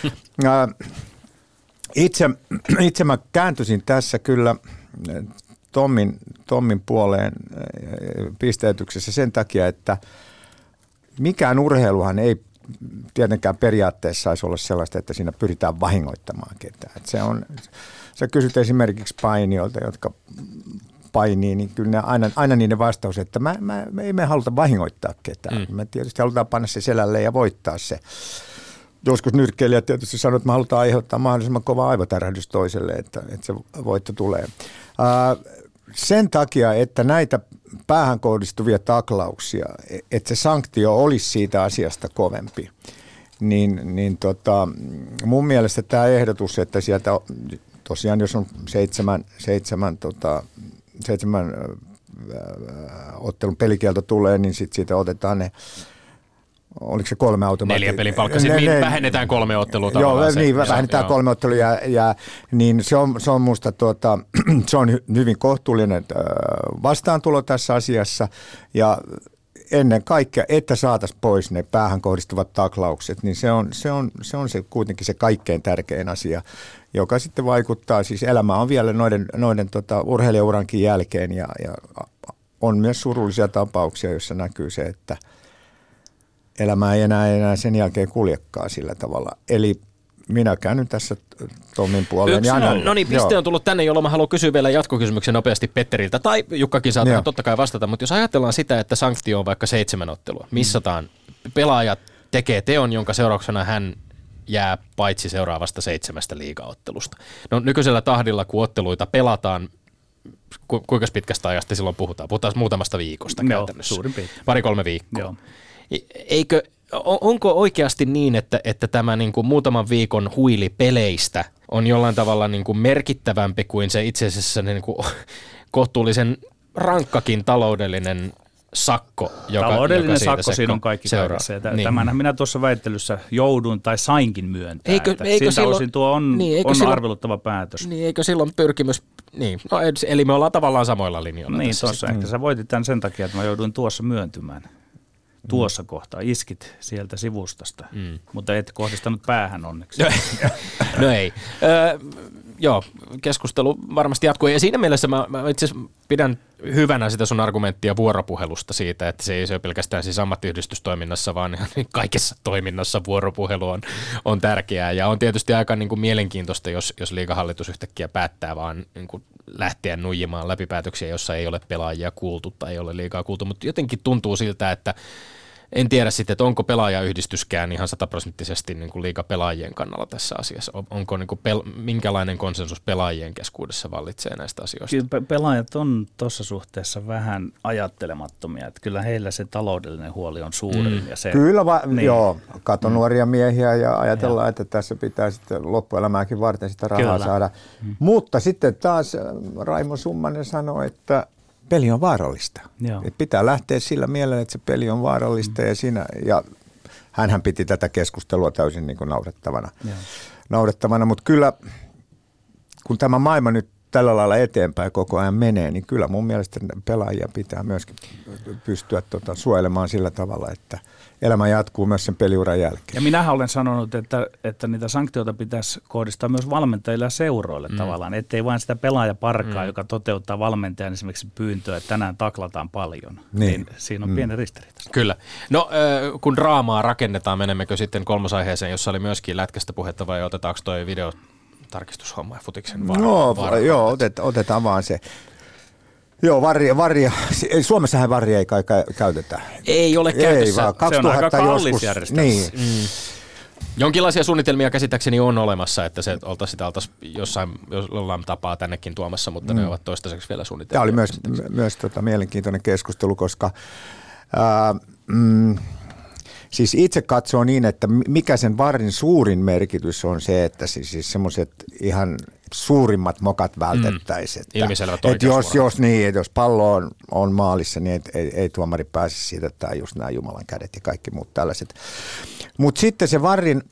itse, itse mä kääntyisin tässä kyllä Tommin, Tommin puoleen pisteytyksessä sen takia, että mikään urheiluhan ei tietenkään periaatteessa saisi olla sellaista, että siinä pyritään vahingoittamaan ketään. Et se on, sä kysyt esimerkiksi painijoilta, jotka painii, niin kyllä ne aina, aina niiden vastaus, että mä, mä, me ei me haluta vahingoittaa ketään. Mm. Me tietysti halutaan panna se selälle ja voittaa se. Joskus nyrkkeilijät tietysti sanoo, että me halutaan aiheuttaa mahdollisimman kova aivotärähdys toiselle, että, että se voitto tulee. Ää, sen takia, että näitä päähän kohdistuvia taklauksia, että se sanktio olisi siitä asiasta kovempi, niin, niin tota, mun mielestä tämä ehdotus, että sieltä tosiaan jos on seitsemän, seitsemän, tota, seitsemän ää, ottelun pelikielto tulee, niin sitten siitä otetaan ne, oliko se kolme automaattia? Neljä pelin palkka, sitten ne, vähennetään kolme ottelua tavallaan. Joo, se, niin, vähennetään joo. kolme ottelua, ja, ja niin se on, se on musta tuota, se on hyvin kohtuullinen vastaantulo tässä asiassa, ja ennen kaikkea, että saataisiin pois ne päähän kohdistuvat taklaukset, niin se on se, on, se, on se kuitenkin se kaikkein tärkein asia, joka sitten vaikuttaa, siis elämä on vielä noiden, noiden tota, urheilijaurankin jälkeen, ja, ja on myös surullisia tapauksia, joissa näkyy se, että elämä ei enää, enää sen jälkeen kuljekaan sillä tavalla. Eli minä käännyn tässä Tommin puoleen. Yksi, no, no niin, piste on tullut tänne, jolloin mä haluan kysyä vielä jatkokysymyksen nopeasti Petteriltä. Tai Jukkakin saa tähän totta kai vastata, mutta jos ajatellaan sitä, että sanktio on vaikka seitsemän ottelua, missataan, pelaaja tekee teon, jonka seurauksena hän jää paitsi seuraavasta seitsemästä liigaottelusta. No nykyisellä tahdilla, kun otteluita pelataan, ku, kuinka pitkästä ajasta silloin puhutaan? Puhutaan muutamasta viikosta no, käytännössä. Suurin piirtein. Pari-kolme viikkoa. Joo. Eikö, onko oikeasti niin, että, että tämä niin kuin muutaman viikon huili peleistä on jollain tavalla niin kuin merkittävämpi kuin se itse asiassa niin kuin kohtuullisen rankkakin taloudellinen sakko, joka, taloudellinen joka siitä sakko siinä on kaikki kaikessa. Niin. Tämänhän minä tuossa väittelyssä joudun tai sainkin myöntää. Eikö, eikö siltä silloin, osin tuo on, niin, on silloin, arveluttava päätös. Niin, eikö silloin pyrkimys, niin, no, eli me ollaan tavallaan samoilla linjoilla. Niin, tuossa ehkä mm. sä voitit tämän sen takia, että mä jouduin tuossa myöntymään. Tuossa mm. kohtaa iskit sieltä sivustasta, mm. mutta et kohdistanut päähän onneksi. No ei. Ö, joo, keskustelu varmasti jatkuu. Ja siinä mielessä mä, mä itse asiassa pidän hyvänä sitä sun argumenttia vuoropuhelusta siitä, että se ei ole pelkästään siis ammattiyhdistystoiminnassa, vaan kaikessa toiminnassa vuoropuhelu on, on tärkeää. Ja on tietysti aika niin kuin mielenkiintoista, jos, jos liigahallitus yhtäkkiä päättää vaan niin kuin lähteä nuijimaan läpipäätöksiä, jossa ei ole pelaajia kuultu tai ei ole liigaa kuultu. Mutta jotenkin tuntuu siltä, että en tiedä sitten, että onko pelaajayhdistyskään ihan sataprosenttisesti niin kuin liigapelaajien kannalla tässä asiassa. On, onko niin kuin pel- minkälainen konsensus pelaajien keskuudessa vallitsee näistä asioista? Kyllä pelaajat on tuossa suhteessa vähän ajattelemattomia. Että kyllä heillä se taloudellinen huoli on suurin. Mm. Ja se, kyllä, va- niin. joo. Kato mm. nuoria miehiä ja ajatellaan, ja. että tässä pitää sitten loppuelämääkin varten sitä rahaa kyllä. saada. Mm. Mutta sitten taas Raimo Summanen sanoi, että peli on vaarallista. Pitää lähteä sillä mielellä, että se peli on vaarallista mm. ja siinä, ja hänhän piti tätä keskustelua täysin niin kuin naurettavana. naurettavana. Mutta kyllä, kun tämä maailma nyt tällä lailla eteenpäin koko ajan menee, niin kyllä mun mielestä pelaajia pitää myöskin pystyä tota, suojelemaan sillä tavalla, että elämä jatkuu myös sen peliuran jälkeen. Ja minähän olen sanonut, että, että niitä sanktioita pitäisi kohdistaa myös valmentajille ja seuroille mm. tavallaan, ettei vain sitä pelaajaparkaa, mm. joka toteuttaa valmentajan esimerkiksi pyyntöä, että tänään taklataan paljon. Niin, niin siinä on mm. pieni ristiriita. Kyllä. No kun draamaa rakennetaan, menemmekö sitten kolmosaiheeseen, jossa oli myöskin lätkästä puhetta, vai otetaanko toi videotarkistushomma ja futiksen vaara? No joo, otet, otetaan vaan se. Joo, varja, varja. Suomessahan varja ei kai käytetä. Ei ole käytössä. Ei vaan, kaksituhatta se on aika kallis järjestelmä. Niin. Mm. Jonkinlaisia suunnitelmia käsittääkseni on olemassa, että se oltaisiin sitä oltaisiin jossain jollain tapaa tännekin tuomassa, mutta mm. ne ovat toistaiseksi vielä suunnitelmia. Tämä oli myös, myös tota, mielenkiintoinen keskustelu, koska ää, mm, siis itse katsoo niin, että mikä sen varin suurin merkitys on se, että siis, siis semmoiset ihan suurimmat mokat vältettäisiin. Mm. Ilmiselvät että jos, jos, niin, että jos pallo on, on maalissa, niin ei, ei, ei tuomari pääse siitä, tai just nämä Jumalan kädet ja kaikki muut tällaiset. Mutta sitten se varin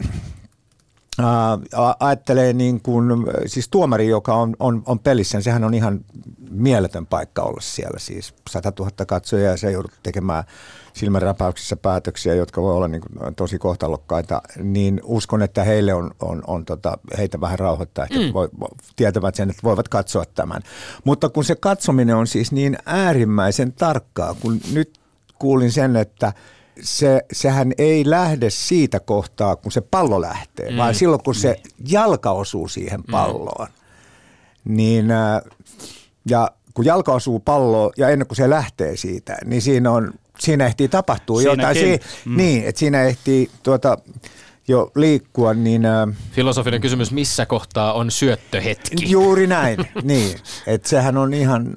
ää, ajattelee niin kuin, siis tuomari, joka on, on, on pelissä, niin sehän on ihan mieletön paikka olla siellä. Siis satatuhatta katsojaa ja se joudut tekemään silmänräpäyksissä päätöksiä, jotka voi olla niin kuin tosi kohtalokkaita, niin uskon, että heille on, on, on tota, heitä vähän rauhoittaa, että mm. voi, tietävät sen, että voivat katsoa tämän. Mutta kun se katsominen on siis niin äärimmäisen tarkkaa, kun nyt kuulin sen, että se, sehän ei lähde siitä kohtaa, kun se pallo lähtee, mm. vaan silloin, kun se jalka osuu siihen palloon. Mm. Niin, ja kun jalka osuu palloon ja ennen kuin se lähtee siitä, niin siinä, on, siinä ehtii tapahtua Siinäkin. jotain. Si- mm. Niin, että siinä ehtii tuota, jo liikkua. Niin, filosofinen kysymys, missä kohtaa on syöttöhetki? Juuri näin, niin. Että sehän on ihan,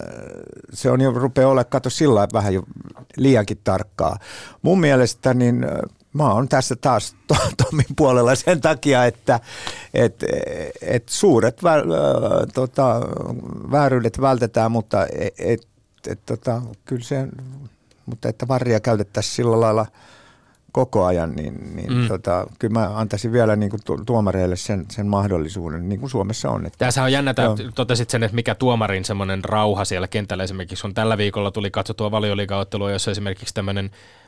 se on jo rupeaa olemaan, kato sillä lailla vähän jo liiankin tarkkaa. Mun mielestä niin mä oon tässä taas Tomin puolella sen takia, että et, et suuret vä, tota, vääryydet vältetään, mutta et, et, et, tota, kyllä se, mutta että varria käytettäisiin sillä lailla koko ajan, niin, niin mm. tota, kyllä mä antaisin vielä niin kuin tuomareille sen, sen mahdollisuuden, niin kuin Suomessa on. Että, tässä on jännä, että totesit sen, että mikä tuomarin semmoinen rauha siellä kentällä esimerkiksi on. Tällä viikolla tuli katsottua Valioliigaottelua, jossa esimerkiksi tämmöinen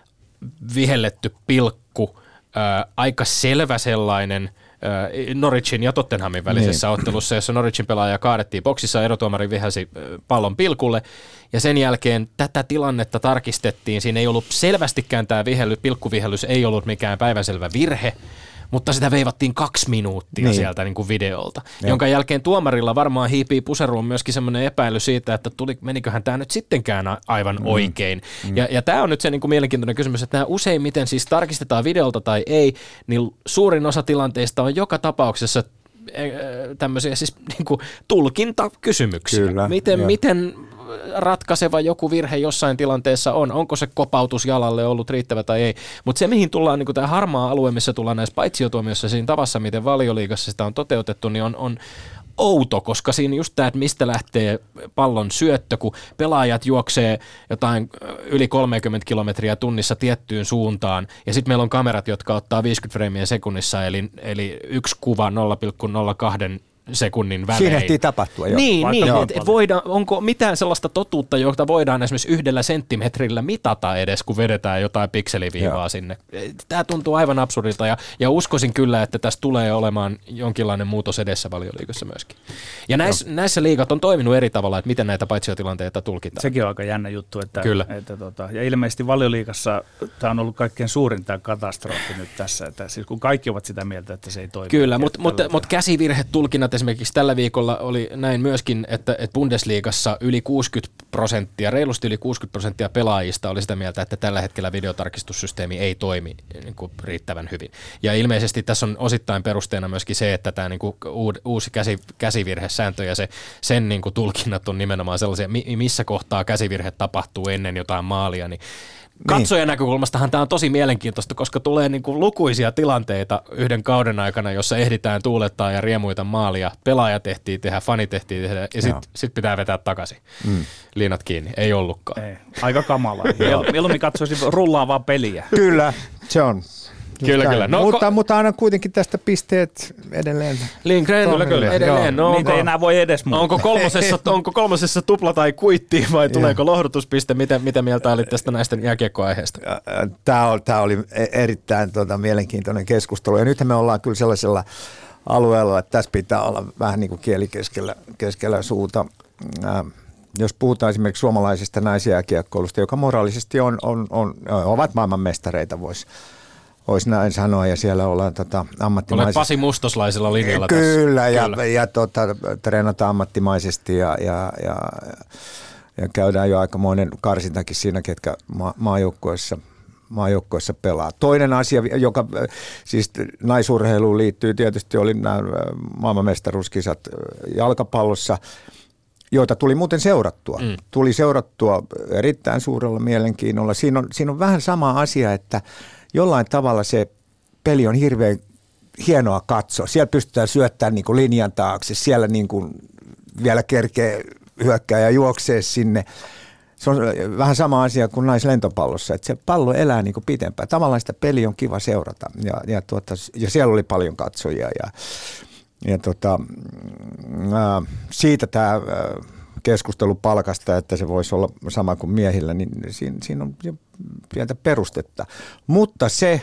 vihelletty pilkku, ää, aika selvä sellainen ää, Norwichin ja Tottenhamin välisessä niin. ottelussa, jossa Norwichin pelaaja kaadettiin boksissa, erotuomari vihelsi pallon pilkulle, ja sen jälkeen tätä tilannetta tarkistettiin. Siinä ei ollut selvästikään tämä vihelly, pilkkuvihellys ei ollut mikään päivänselvä virhe, mutta sitä veivattiin kaksi minuuttia niin. sieltä niin kuin videolta, ja. jonka jälkeen tuomarilla varmaan hiipii puseruun myöskin semmoinen epäily siitä, että tuli, meniköhän tämä nyt sittenkään aivan mm. oikein. Mm. Ja, ja tämä on nyt se niin kuin mielenkiintoinen kysymys, että nämä useimmiten siis tarkistetaan videolta tai ei, niin suurin osa tilanteista on joka tapauksessa tämmöisiä siis niin kuin tulkintakysymyksiä. Kyllä, miten, miten ratkaiseva joku virhe jossain tilanteessa on, onko se kopautus jalalle ollut riittävä tai ei, mutta se mihin tullaan, niin kuin tämä harmaa alue, missä tullaan näissä paitsiotuomioissa siinä tavassa, miten Valioliigassa sitä on toteutettu, niin on, on outo, koska siinä just tämä, että mistä lähtee pallon syöttö, kun pelaajat juoksee jotain yli kolmekymmentä kilometriä tunnissa tiettyyn suuntaan, ja sitten meillä on kamerat, jotka ottaa viisikymmentä freimiä sekunnissa, eli, eli yksi kuva nolla pilkku nolla kaksi sekunnin välein. Siinä ehtii tapahtua jo. Niin, niin että et voidaan, onko mitään sellaista totuutta, jota voidaan esimerkiksi yhdellä senttimetrillä mitata edes, kun vedetään jotain pikseliviivaa Joo. sinne. Tämä tuntuu aivan absurdilta, ja, ja uskoisin kyllä, että tässä tulee olemaan jonkinlainen muutos edessä Valioliigassa myöskin. Ja näissä, näissä liigat on toiminut eri tavalla, että miten näitä paitsiotilanteita tulkitaan. Sekin on aika jännä juttu. Että, kyllä. Että, tota, ja ilmeisesti Valioliigassa tämä on ollut kaikkein suurin tämä katastrofi nyt tässä, että siis kun kaikki ovat sitä mieltä, että se ei toimi. Kyllä, mutta mut, mut käsivirhetulkinnat esimerkiksi tällä viikolla oli näin myöskin, että, että Bundesliigassa yli kuusikymmentä prosenttia, reilusti yli kuusikymmentä prosenttia pelaajista oli sitä mieltä, että tällä hetkellä videotarkistussysteemi ei toimi niin kuin riittävän hyvin. Ja ilmeisesti tässä on osittain perusteena myöskin se, että tämä niin kuin uusi käsi, käsivirhesääntö ja se, sen niin kuin tulkinnat on nimenomaan sellaisia, missä kohtaa käsivirhe tapahtuu ennen jotain maalia, niin katsojan näkökulmastahan tämä on tosi mielenkiintoista, koska tulee niin kuin lukuisia tilanteita yhden kauden aikana, jossa ehditään tuulettaa ja riemuita maalia. Pelaaja tehtiin tehdä, fani tehtiin tehdä ja sitten sit pitää vetää takaisin. Mm. Liinat kiinni. Ei ollutkaan. Ei. Aika kamalaa. Mieluummin katsoisin rullaavaa peliä. Kyllä, se on. Kyllä, kyllä. No, mutta, ko- mutta aina kuitenkin tästä pisteet edelleen. Lindgren, kyllä, kyllä. Edelleen. No, niitä ei enää voi edes muuta. Onko kolmosessa, onko kolmosessa tupla tai kuitti vai tuleeko lohdutuspiste? Mitä, mitä mieltä olit tästä naisten jääkiekkoaiheesta? Tämä oli, tämä oli erittäin tuota, mielenkiintoinen keskustelu. Ja nythän me ollaan kyllä sellaisella alueella, että tässä pitää olla vähän niin kuin kieli keskellä, keskellä suuta. Äh, jos puhutaan esimerkiksi suomalaisesta naisjääkiekkoilusta, joka moraalisesti on, on, on, ovat maailmanmestareita, voisi Voisi näin sanoa, ja siellä ollaan tota, ammattimaisesti. Olet Pasi Mustoslaisella linjalla Kyllä, tässä. Kyllä, ja, ja tota, treenataan ammattimaisesti, ja, ja, ja, ja käydään jo aikamoinen karsintakin siinä, ketkä ma- maajoukkueessa, maajoukkueessa pelaa. Toinen asia, joka siis naisurheiluun liittyy, tietysti oli nämä maailmanmestaruuskisat jalkapallossa, joita tuli muuten seurattua. Mm. Tuli seurattua erittäin suurella mielenkiinnolla. Siinä on, siinä on vähän sama asia, että jollain tavalla se peli on hirveän hienoa katsoa. Siellä pystytään syöttämään niin kuin linjan taakse. Siellä niin kuin vielä kerkee hyökkää ja juoksee sinne. Se on vähän sama asia kuin naislentopallossa, että se pallo elää niin kuin pitempään. Tavallaan sitä peliä on kiva seurata. Ja, ja, tuota, ja siellä oli paljon katsojia. Ja, ja tuota, ää, siitä tämä keskustelu palkasta, että se voisi olla sama kuin miehillä, niin siinä, siinä on pientä perustetta. Mutta se,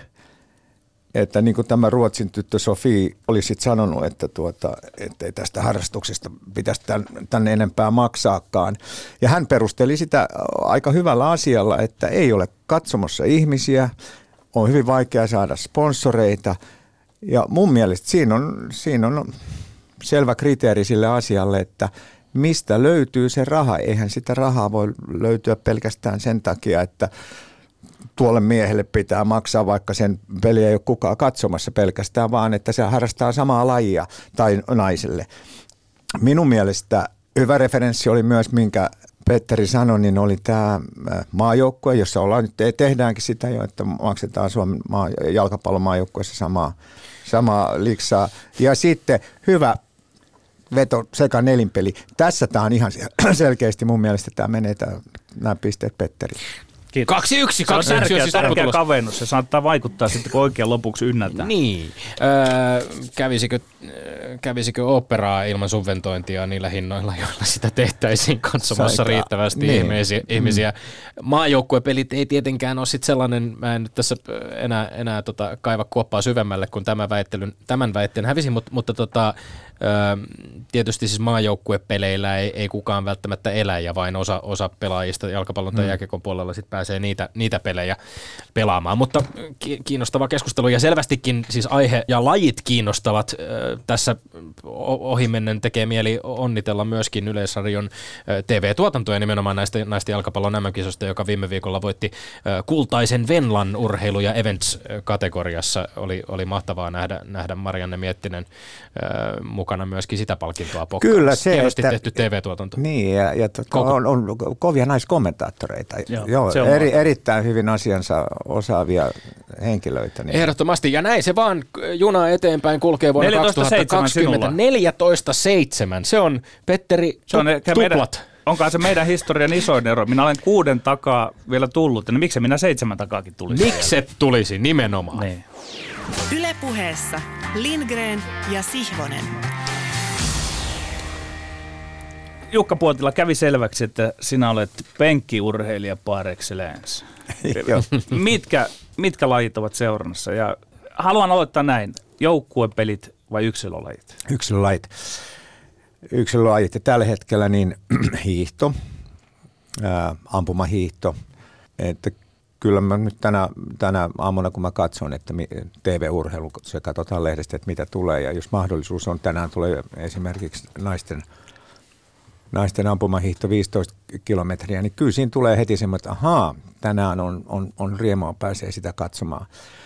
että niin kuin tämä Ruotsin tyttö Sofie oli sitten sanonut, että, tuota, että ei tästä harrastuksesta pitäisi tämän, tänne enempää maksaakaan. Ja hän perusteli sitä aika hyvällä asialla, että ei ole katsomassa ihmisiä, on hyvin vaikea saada sponsoreita. Ja mun mielestä siinä on, siinä on selvä kriteeri sille asialle, että mistä löytyy se raha. Eihän sitä rahaa voi löytyä pelkästään sen takia, että tuolle miehelle pitää maksaa, vaikka sen peliä ei ole kukaan katsomassa pelkästään, vaan että se harrastaa samaa lajia tai naiselle. Minun mielestä hyvä referenssi oli myös, minkä Petteri sanoi, niin oli tämä maajoukkue, jossa ollaan nyt, tehdäänkin sitä jo, että maksetaan Suomen maa, jalkapallomaajoukkueessa samaa, samaa liksaa. Ja sitten hyvä veto sekä nelinpeli. Tässä tämä on ihan selkeästi mun mielestä, tämä menee tämä, nämä pisteet Petteri. Kiitos. Kaksi yksi, se on kaksi tärkeä, yksi, siis tärkeä kavennus. Se saattaa vaikuttaa sitten, kun oikein lopuksi ynnätään. Niin. Öö, kävisikö, kävisikö operaa ilman subventointia niillä hinnoilla, joilla sitä tehtäisiin katsomassa Saika. riittävästi niin. ihmisiä, ihmisiä. Maajoukkuepelit ei tietenkään ole sit sellainen, mä en nyt tässä enää, enää tota, kaiva kuoppaa syvemmälle, kun tämän väittelyn, tämän väitteen hävisin, mutta, mutta tota, öö, tietysti siis maajoukkuepeleillä ei, ei kukaan välttämättä elä, ja vain osa, osa pelaajista jalkapallon tai jääkiekon puolella sit pääsee niitä, niitä pelejä pelaamaan. Mutta kiinnostava keskustelu, ja selvästikin siis aihe ja lajit kiinnostavat. Tässä ohimennen tekee mieli onnitella myöskin Yleisradion T V-tuotantoja nimenomaan näistä, näistä jalkapallon M M-kisoista, joka viime viikolla voitti kultaisen Venlan urheilu- ja events-kategoriassa. Oli, oli mahtavaa nähdä, nähdä Marianne Miettinen mukana myöskin sitä palkintoa pokkaamassa. Kyllä se, hienosti että, tehty T V-tuotanto. Niin, ja, ja to, on, on kovia naiskommentaattoreita. Joo, Joo, eri, erittäin hyvin asiansa osaavia henkilöitä. Niin. Ehdottomasti, ja näin se vaan juna eteenpäin kulkee vuonna kaksituhattakaksikymmentä. neljätoista seitsemän Se on, Petteri, se on tuplat. Meidän, onkaan se meidän historian isoin ero. Minä olen kuuden takaa vielä tullut, niin miksi minä seitsemän takaakin tulisi? Miksi se tulisi nimenomaan? Niin. Yle Puheessa Lindgren ja Sihvonen. Jukka Puotila, kävi selväksi, että sinä olet penkkiurheilija par excellence. mitkä, mitkä lajit ovat seurannassa? Ja haluan aloittaa näin. Joukkuepelit vai yksilölajit? Yksilölajit. Yksilölajit. Ja tällä hetkellä niin hiihto, ää, ampumahiihto. Että kyllä mä nyt tänä, tänä aamuna, kun mä katson, että T V-urheilu, se katsotaan lehdestä, että mitä tulee. Ja jos mahdollisuus on, tänään tulee esimerkiksi naisten naisten ampumahiihto viisitoista kilometriä, niin kyllä siinä tulee heti semmoinen, että ahaa, tänään on, on, on riemua, pääsee sitä katsomaan.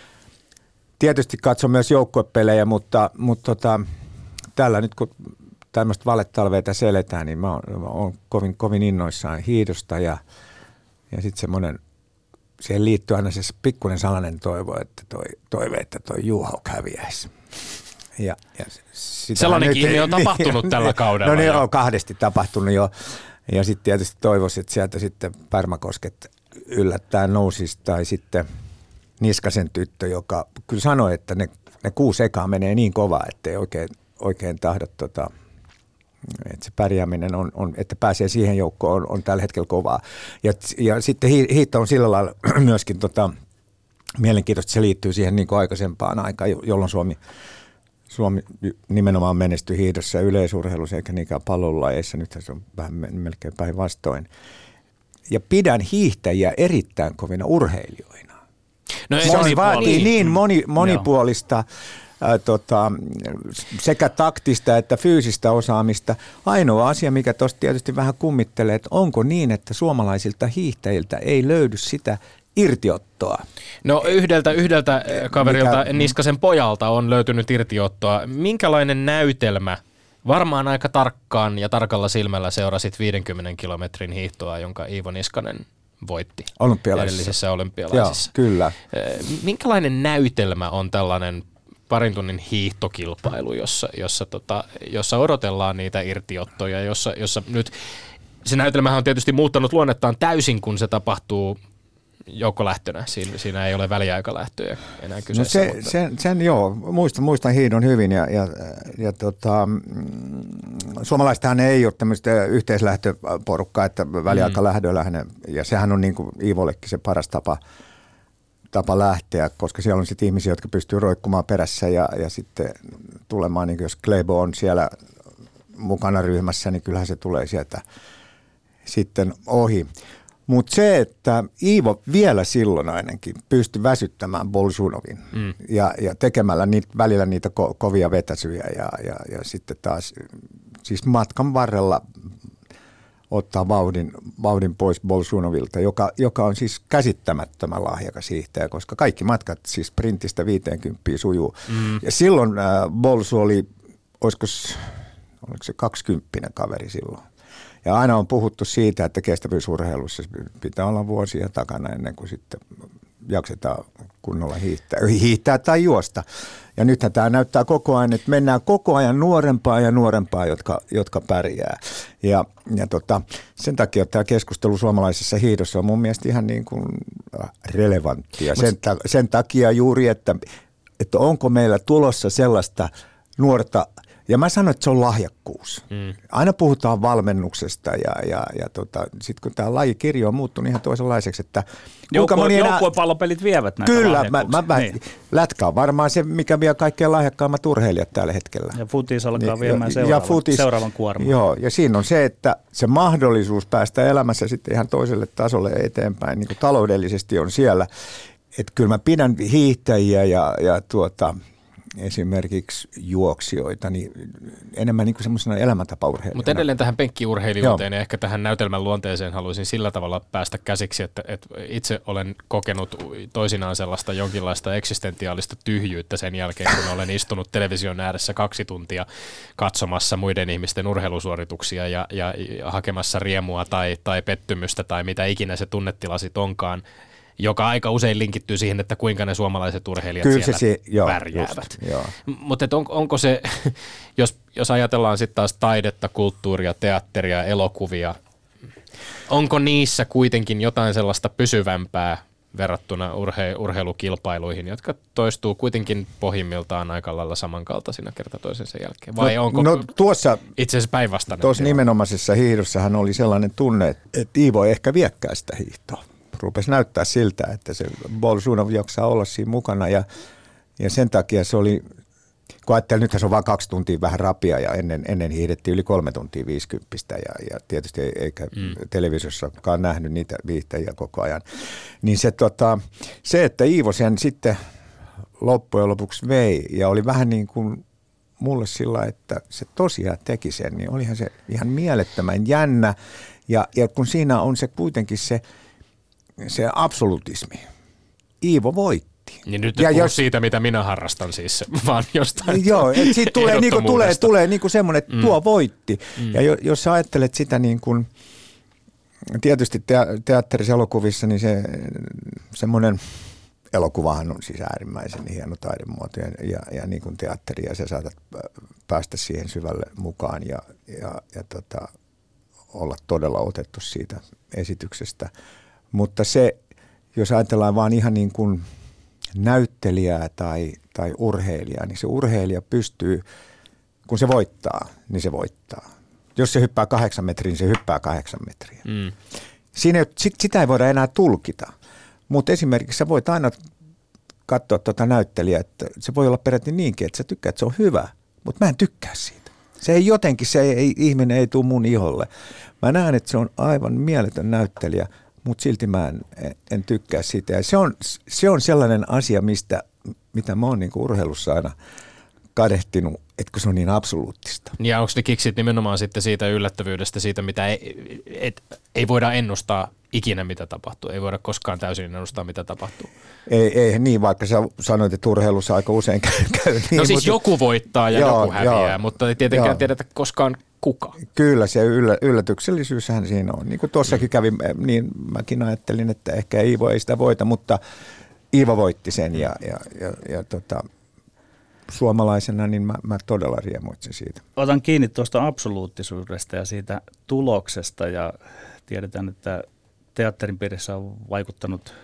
Tietysti katson myös joukkuepelejä, mutta, mutta tota, tällä nyt kun tämmöistä valetalvea tässä eletään, niin mä oon, mä oon kovin, kovin innoissaan hiihdosta ja, ja sitten semmoinen, siihen liittyy aina se pikkuinen salainen toivo, että toi, toive, että toi Juho häviäisi. Ja, ja sellainenkin nyt, on tapahtunut niin, tällä kaudella. No niin, on kahdesti tapahtunut jo. Ja sitten tietysti toivoisin, että sieltä sitten Pärmäkosket yllättäen nousisi. Tai sitten Niskasen tyttö, joka kyllä sanoi, että ne, ne kuusi ekaa menee niin kovaa, että ei oikein, oikein tahdo, tota, että se pärjääminen on, on, että pääsee siihen joukkoon, on, on tällä hetkellä kovaa. Ja, ja sitten hiihto on sillä lailla myöskin tota, mielenkiintoista, se liittyy siihen niin kuin aikaisempaan aikaan, jolloin Suomi Suomi nimenomaan menestyi hiihdossa ja yleisurheilussa eikä niinkään pallonlajeissa. Nythän se on vähän melkein päinvastoin. Ja pidän hiihtäjiä erittäin kovina urheilijoina. No se on vaatii niin moni, monipuolista ää, tota, sekä taktista että fyysistä osaamista. Ainoa asia, mikä tuossa tietysti vähän kummittelee, että onko niin, että suomalaisilta hiihtäjiltä ei löydy sitä irtiottoa. No yhdeltä, yhdeltä kaverilta, mikä, Niskasen pojalta on löytynyt irtiottoa. Minkälainen näytelmä, varmaan aika tarkkaan ja tarkalla silmällä seurasit viidenkymmenen kilometrin hiihtoa, jonka Iivo Niskanen voitti edellisissä olympialaisissa. Joo, kyllä. Minkälainen näytelmä on tällainen parin tunnin hiihtokilpailu, jossa, jossa, tota, jossa odotellaan niitä irtiottoja, jossa, jossa nyt se näytelmähän on tietysti muuttanut luonnettaan täysin, kun se tapahtuu joukkolähtönä. Siinä, siinä ei ole väliaikalähtöjä enää kyseessä. No se, mutta... sen, sen joo, muistan, muistan hiidon hyvin ja, ja, ja tota, suomalaistahan ei ole tämmöistä yhteislähtöporukkaa, että väliaikalähdöllähän, ja sehän on niin kuin Iivollekin se paras tapa, tapa lähteä, koska siellä on sitten ihmisiä, jotka pystyy roikkumaan perässä ja, ja sitten tulemaan, niin jos Kleibo on siellä mukana ryhmässä, niin kyllähän se tulee sieltä sitten ohi. Mutta se, että Iivo vielä silloin ainakin pystyi väsyttämään Bolsunovin mm. ja, ja tekemällä niitä, välillä niitä ko, kovia vetäsyjä ja, ja, ja sitten taas siis matkan varrella ottaa vauhdin, vauhdin pois Bolshunovilta, joka, joka on siis käsittämättömän lahjakas hiihtäjä, koska kaikki matkat siis sprintistä viiteenkymppiin sujuu. Mm. Ja silloin äh, Bolsu oli, olisiko, oliko se kaksikymppinen kaveri silloin. Ja aina on puhuttu siitä, että kestävyysurheilussa pitää olla vuosia takana ennen kuin sitten jaksetaan kunnolla hiihtää, hiihtää tai juosta. Ja nythän tämä näyttää koko ajan, että mennään koko ajan nuorempaa ja nuorempaa, jotka, jotka pärjää. Ja, ja tota, sen takia tämä keskustelu suomalaisessa hiihdossa on mun mielestä ihan niin kuin relevanttia. Sen, ta, sen takia juuri, että, että onko meillä tulossa sellaista nuorta. Ja mä sanon, että se on lahjakkuus. Mm. Aina puhutaan valmennuksesta ja, ja, ja tota, sitten kun tämä lajikirjo on muuttunut ihan toisenlaiseksi, että joukkuepallopelit vievät näitä kyllä, mä, mä, mä, niin. Lätkä on varmaan se, mikä vie kaikkein lahjakkaammat urheilijat tällä hetkellä. Ja futis alkaa niin, viemään seuraavan, futis, seuraavan kuorman. Joo, ja siinä on se, että se mahdollisuus päästä elämässä sitten ihan toiselle tasolle eteenpäin, niin kuin taloudellisesti on siellä. Että kyllä mä pidän hiihtäjiä ja, ja tuota... esimerkiksi juoksijoita, niin enemmän niin kuin semmoisena elämäntapaurheilijana. Mutta edelleen tähän penkkiurheilijuuteen ja ehkä tähän näytelmän luonteeseen haluaisin sillä tavalla päästä käsiksi, että, että itse olen kokenut toisinaan sellaista jonkinlaista eksistentiaalista tyhjyyttä sen jälkeen, kun olen istunut television ääressä kaksi tuntia katsomassa muiden ihmisten urheilusuorituksia ja, ja hakemassa riemua tai, tai pettymystä tai mitä ikinä se tunnetilasit onkaan, joka aika usein linkittyy siihen, että kuinka ne suomalaiset urheilijat kyllä siellä se, joo, pärjäävät. Just, mutta on, onko se, jos, jos ajatellaan sitten taas taidetta, kulttuuria, teatteria, elokuvia, onko niissä kuitenkin jotain sellaista pysyvämpää verrattuna urhe, urheilukilpailuihin, jotka toistuu kuitenkin pohjimmiltaan aika lailla samankaltaisina kerta toisensa jälkeen? Vai no, onko no, tuossa, itse asiassa päinvastainen? Tuossa nimenomaisessa hiihdossahan oli sellainen tunne, että Iivo ei ehkä viekään sitä hiihtoa. Rupesi näyttää siltä, että se Bolshunov jaksaa olla siinä mukana ja, ja sen takia se oli, kun ajattelin, nythän se on vain kaksi tuntia vähän rapia ja ennen, ennen hiihdettiin yli kolme tuntia viisikymppistä ja, ja tietysti ei, eikä mm. televisiossakaan nähnyt niitä viihtäjiä koko ajan. Niin se, tota, se, että Iivo sen sitten loppujen lopuksi vei ja oli vähän niin kuin mulle sillä, että se tosiaan teki sen, niin olihan se ihan mielettömän jännä ja, ja kun siinä on se kuitenkin se se absolutismi. Iivo voitti. Niin nyt et puhu jos, siitä, mitä minä harrastan siis, vaan jostain joo, että siitä tulee, niinku, tulee, tulee niinku semmoinen, että mm. tuo voitti. Mm. Ja jo, jos sä ajattelet sitä niin kuin, tietysti te, teatterissa elokuvissa, niin se semmoinen elokuvahan on siis äärimmäisen hieno taidemuoto ja, ja, ja niin kuin teatteri, ja sä saatat päästä siihen syvälle mukaan ja, ja, ja tota, olla todella otettu siitä esityksestä. Mutta se, jos ajatellaan vaan ihan niin kuin näyttelijää tai, tai urheilijaa, niin se urheilija pystyy, kun se voittaa, niin se voittaa. Jos se hyppää kahdeksan metriä, niin se hyppää kahdeksan metriä. Mm. Siinä, sit, sitä ei voida enää tulkita, mutta esimerkiksi sä voit aina katsoa tuota näyttelijää, että se voi olla peräti niinkin, että sä tykkää, että se on hyvä, mutta mä en tykkää siitä. Se ei jotenkin, se ei, ihminen ei tule mun iholle. Mä näen, että se on aivan mieletön näyttelijä, mutta silti mä en, en tykkää siitä. Ja se on, se on sellainen asia, mistä, mitä mä oon niin kuin urheilussa aina kadehtinut, että se on niin absoluuttista. Ja onko ne kiksit nimenomaan sitten siitä yllättävyydestä, siitä mitä ei, et, ei voida ennustaa ikinä mitä tapahtuu. Ei voida koskaan täysin ennustaa mitä tapahtuu. Ei, ei niin, vaikka sä sanoit, että urheilussa aika usein käy, käy niin. No siis mutta, joku voittaa ja joo, joku häviää, joo, mutta ei tietenkään joo. tiedetä koskaan kuka. Kyllä, se yllä, yllätyksellisyyshän siinä on. Niin kuin tuossakin kävi, niin mäkin ajattelin, että ehkä Iivo ei sitä voita, mutta Iivo voitti sen ja, ja, ja, ja tota, suomalaisena niin mä, mä todella riemuitsin siitä. Otan kiinni tuosta absoluuttisuudesta ja siitä tuloksesta ja tiedetään, että teatterin piirissä on vaikuttanut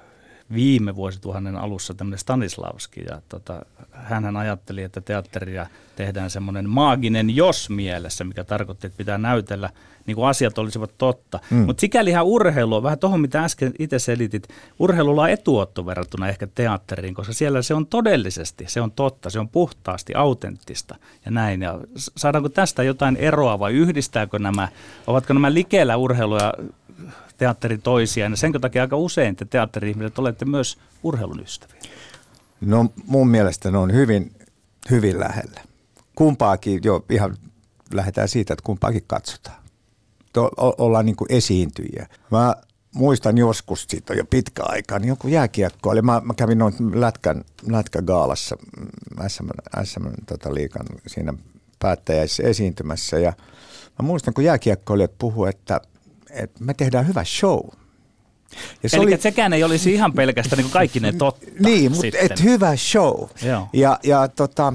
viime vuosituhannen alussa tämmöinen Stanislavski ja tota, hänhän ajatteli, että teatteria tehdään semmoinen maaginen jos mielessä, mikä tarkoitti, että pitää näytellä niin kuin asiat olisivat totta. Mm. Mutta sikälihän urheilu on vähän tuohon, mitä äsken itse selitit, urheilulla on etuotto verrattuna ehkä teatteriin, koska siellä se on todellisesti, se on totta, se on puhtaasti, autenttista ja näin. Ja saadaanko tästä jotain eroa vai yhdistääkö nämä, ovatko nämä likellä urheilu ja teatteri toisiaan, ja sen takia aika usein te teatteri-ihmiset olette myös urheilun ystäviä. No mun mielestä ne on hyvin, hyvin lähellä. Kumpaakin jo ihan lähdetään siitä, että kumpaakin katsotaan. To, o, ollaan niin kuin esiintyjiä. Mä muistan joskus, siitä jo pitkä aikaa, niin joku jääkiekko oli. Mä, mä kävin noin lätkän, lätkägaalassa S M, S M tota, liigan siinä päättäjäisessä esiintymässä. Ja mä muistan, kun jääkiekkoilijat puhui, että, että me tehdään hyvä show. Ja Eli oli, sekään ei olisi ihan pelkästään niin kuin kaikki ne totta. Niin, mutta et hyvä show. Joo. Ja, ja tota,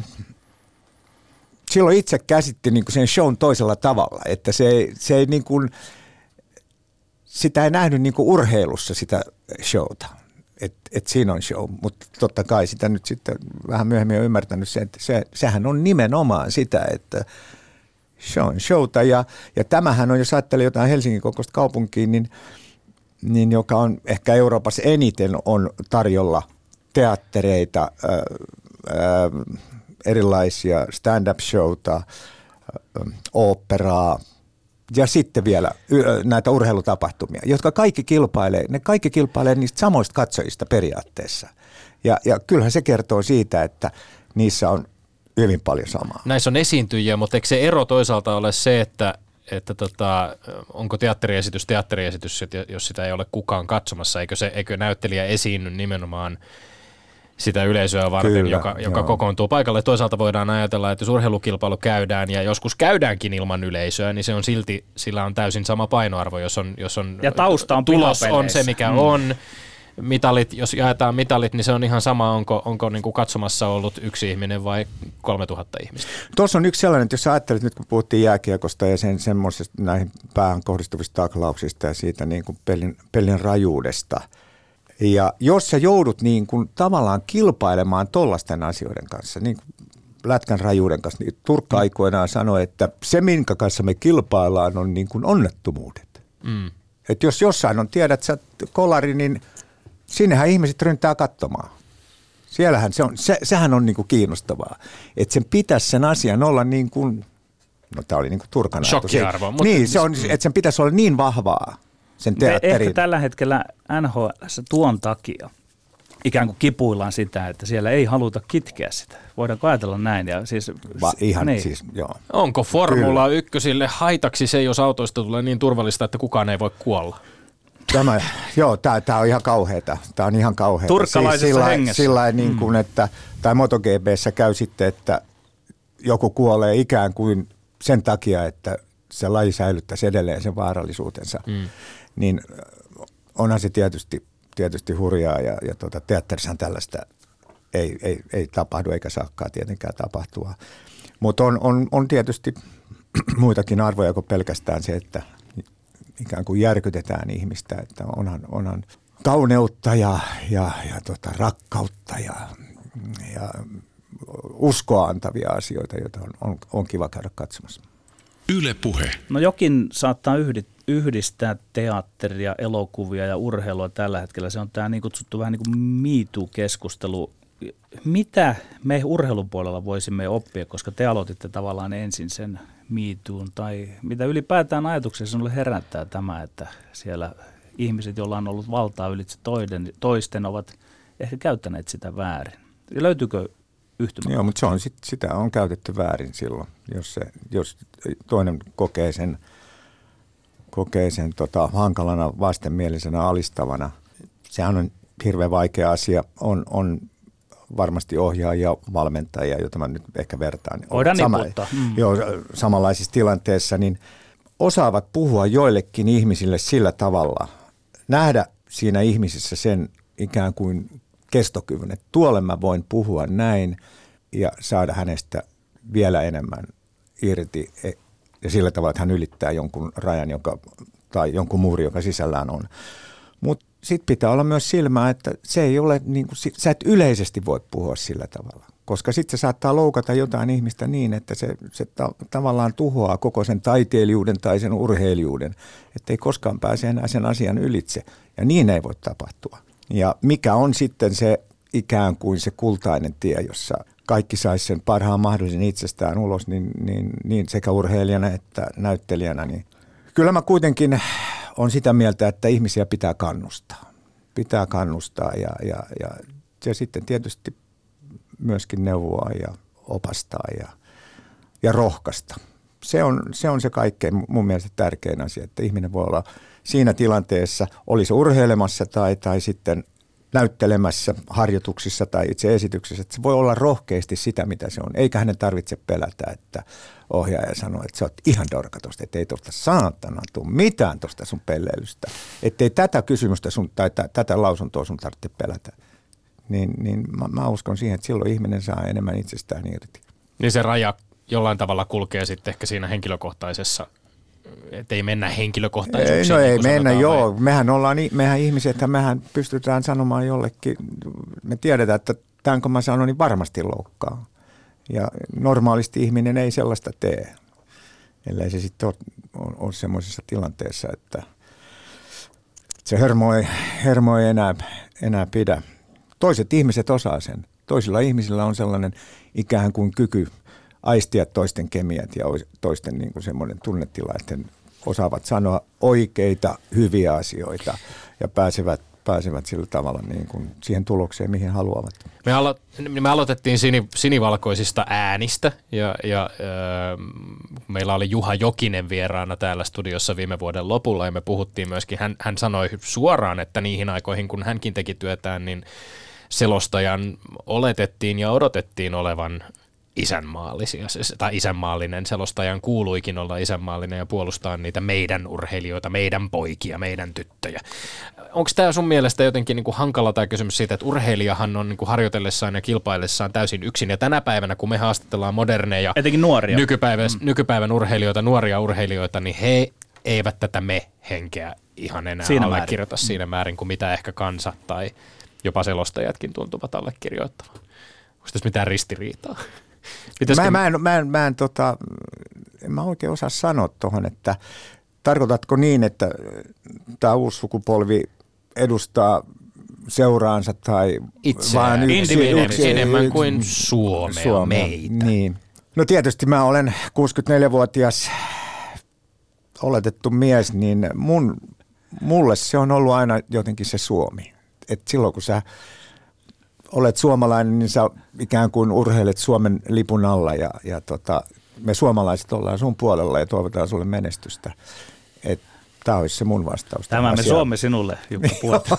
silloin itse käsitti niin kuin sen shown toisella tavalla, että se, se ei niin kuin, sitä ei nähnyt niin kuin urheilussa sitä showta, että et siinä on show, mutta totta kai sitä nyt sitten vähän myöhemmin on ymmärtänyt se, että se, sehän on nimenomaan sitä, että show on showta ja, ja tämähän on, jos ajattelee jotain Helsingin kokoista kaupunkiin, niin niin joka on ehkä Euroopassa eniten on tarjolla teattereita, ää, ää, erilaisia stand-up-showta, oopperaa ja sitten vielä näitä urheilutapahtumia, jotka kaikki kilpailee, ne kaikki kilpailee niistä samoista katsojista periaatteessa. Ja, ja kyllähän se kertoo siitä, että niissä on hyvin paljon samaa. Näissä on esiintyjiä, mutta eikö se ero toisaalta ole se, että että tota, onko teatteriesitys teatteriesitys, jos sitä ei ole kukaan katsomassa, eikö, se, eikö näyttelijä esiinny nimenomaan sitä yleisöä varten, Kyllä, joka, joka kokoontuu paikalle. Toisaalta voidaan ajatella, että jos urheilukilpailu käydään ja joskus käydäänkin ilman yleisöä, niin se on silti, sillä on täysin sama painoarvo, jos on, jos on, ja tausta on tulos on se, mikä mm. on. Mitalit, jos jaetaan mitalit, niin se on ihan sama, onko, onko niin kuin katsomassa ollut yksi ihminen vai kolmetuhatta ihmistä. Tuossa on yksi sellainen, että jos sä ajattelet nyt, kun puhuttiin jääkiekosta ja sen semmoisesta näihin päähän kohdistuvista taklauksista ja siitä niin kuin pelin, pelin rajuudesta. Ja jos sä joudut niin kuin tavallaan kilpailemaan tollaisten asioiden kanssa, niin kuin lätkän rajuuden kanssa, niin Turkka aikoinaan sanoi, että se, minkä kanssa me kilpaillaan, on niin kuin onnettomuudet. Mm. Että jos jossain on, tiedät sä kolari, niin sinnehän ihmiset ryntää katsomaan. Siellähän se on, se, sehän on niinku kiinnostavaa. Että sen pitäisi sen asian olla niin kuin, no tää oli niin kuin Turkan shokkiarvo. Mutta niin, se on, että sen pitäisi olla niin vahvaa sen teatterin. Ehkä tällä hetkellä N H L:ssä tuon takia ikään kuin kipuillaan sitä, että siellä ei haluta kitkeä sitä. Voidaanko ajatella näin? Ja siis, Va, ihan niin. siis, joo. Onko Formula ykkösille haitaksi se, jos autoista tulee niin turvallista, että kukaan ei voi kuolla? Tämä, joo, tämä, tämä on ihan kauheata. Tämä on ihan kauheata. Turkkalaisessa siis sillä, hengessä. Sillä niin kuin, että, tai MotoGP:ssä käy sitten, että joku kuolee ikään kuin sen takia, että se laji säilyttäisi edelleen sen vaarallisuutensa. Mm. Niin onhan se tietysti, tietysti hurjaa ja, ja tuota, teatterissahan tällaista ei, ei, ei tapahdu eikä saakkaan tietenkään tapahtua. Mutta on, on, on tietysti muitakin arvoja kuin pelkästään se, että ikään kuin järkytetään ihmistä, että onhan, onhan kauneutta ja, ja, ja tota, rakkautta ja, ja uskoa antavia asioita, joita on, on, on kiva käydä katsomassa. Yle Puhe. No jokin saattaa yhdistää teatteria, elokuvia ja urheilua tällä hetkellä. Se on tämä niin kutsuttu vähän niin kuin Me Too-keskustelu. Mitä me urheilun puolella voisimme oppia, koska te aloititte tavallaan ensin sen Me Toon, tai mitä ylipäätään ajatuksessa sinulle herättää tämä, että siellä ihmiset, joilla on ollut valtaa ylitse toiden, toisten, ovat ehkä käyttäneet sitä väärin. Löytyykö yhtymä? Joo, mutta se on, sit, sitä on käytetty väärin silloin, jos, se, jos toinen kokee sen, kokee sen tota, hankalana, vastenmielisenä, alistavana. Sehän on hirveän vaikea asia, on, on varmasti ohjaajia, valmentajia, joita mä nyt ehkä vertaan. Voidaan sama, niputtaa. Mm. Joo, samanlaisissa tilanteissa, niin osaavat puhua joillekin ihmisille sillä tavalla, nähdä siinä ihmisissä sen ikään kuin kestokyvyn, että tuolle mä voin puhua näin ja saada hänestä vielä enemmän irti ja sillä tavalla, että hän ylittää jonkun rajan joka, tai jonkun muuri, joka sisällään on. Mutta sitten pitää olla myös silmää, että se ei ole, niin kuin, sä et yleisesti voi puhua sillä tavalla, koska sitten se saattaa loukata jotain ihmistä niin, että se, se ta- tavallaan tuhoaa koko sen taiteilijuuden tai sen urheilijuuden, että ei koskaan pääse enää sen asian ylitse ja niin ei voi tapahtua. Ja mikä on sitten se ikään kuin se kultainen tie, jossa kaikki saisi sen parhaan mahdollisen itsestään ulos, niin, niin, niin sekä urheilijana että näyttelijänä. Niin kyllä mä kuitenkin on sitä mieltä, että ihmisiä pitää kannustaa. Pitää kannustaa ja, ja, ja, ja sitten tietysti myöskin neuvoa ja opastaa ja, ja rohkaista. se, on, se on se kaikkein mun mielestä tärkein asia, että ihminen voi olla siinä tilanteessa, olisi urheilemassa tai, tai sitten näyttelemässä harjoituksissa tai itse esityksessä, että se voi olla rohkeasti sitä, mitä se on. Eikä hänen tarvitse pelätä, että ohjaaja sanoo, että sä oot ihan dorka tosta, että ei tuosta saatana tule mitään tuosta sun pelleilystä. Että ei tätä kysymystä sun, tai t- tätä lausuntoa sun tarvitse pelätä. Niin, niin mä, mä uskon siihen, että silloin ihminen saa enemmän itsestään irti. Niin se raja jollain tavalla kulkee sitten ehkä siinä henkilökohtaisessa, että ei mennä henkilökohtaisuuksiin. No ei niin mennä, sanotaan, joo. vai? Mehän ollaan, mehän ihmiset, mehän pystytään sanomaan jollekin, me tiedetään, että tämän kun mä sanon, niin varmasti loukkaa. Ja normaalisti ihminen ei sellaista tee, ellei se sitten ole, ole, ole semmoisessa tilanteessa, että se hermo ei, hermo ei enää, enää pidä. Toiset ihmiset osaa sen. Toisilla ihmisillä on sellainen ikään kuin kyky aistia toisten kemiat ja toisten niin kuin semmoinen tunnetila, että he osaavat sanoa oikeita, hyviä asioita ja pääsevät, pääsevät sillä tavalla niin kuin siihen tulokseen, mihin haluavat. Me, alo- me aloitettiin sini, sinivalkoisista äänistä ja, ja äh, meillä oli Juha Jokinen vieraana täällä studiossa viime vuoden lopulla ja me puhuttiin myöskin, hän, hän sanoi suoraan, että niihin aikoihin kun hänkin teki työtään, niin selostajan oletettiin ja odotettiin olevan isänmaallisia, tai isänmaallinen, selostajan kuuluikin olla isänmaallinen ja puolustaa niitä meidän urheilijoita, meidän poikia, meidän tyttöjä. Onko tämä sun mielestä jotenkin niin kuin hankala tämä kysymys siitä, että urheilijahan on niin kuin harjoitellessaan ja kilpaillessaan täysin yksin, ja tänä päivänä, kun me haastatellaan moderneja, etenkin nuoria, nykypäivän, mm. nykypäivän urheilijoita, nuoria urheilijoita, niin he eivät tätä me-henkeä ihan enää siinä allekirjoita määrin. siinä määrin kuin mitä ehkä kansa tai jopa selostajatkin tuntuvat allekirjoittavan. Onko tässä mitään ristiriitaa? Mä, mä en, mä en, mä en, tota, en mä oikein osaa sanoa tuohon, että tarkoitatko niin, että tämä uusi sukupolvi edustaa seuraansa tai itseään, vaan yksi, yksi, enemmän kuin Suomea, Suomea, meitä. Niin. No tietysti mä olen kuusikymmentäneljävuotias oletettu mies, niin mun, mulle se on ollut aina jotenkin se Suomi. Et silloin kun sä olet suomalainen, niin sä ikään kuin urheilet Suomen lipun alla ja, ja tota, me suomalaiset ollaan sun puolella ja toivotaan sulle menestystä. Tämä olisi se mun vastaus. Tämä me Suomi sinulle, Jukka Puotila.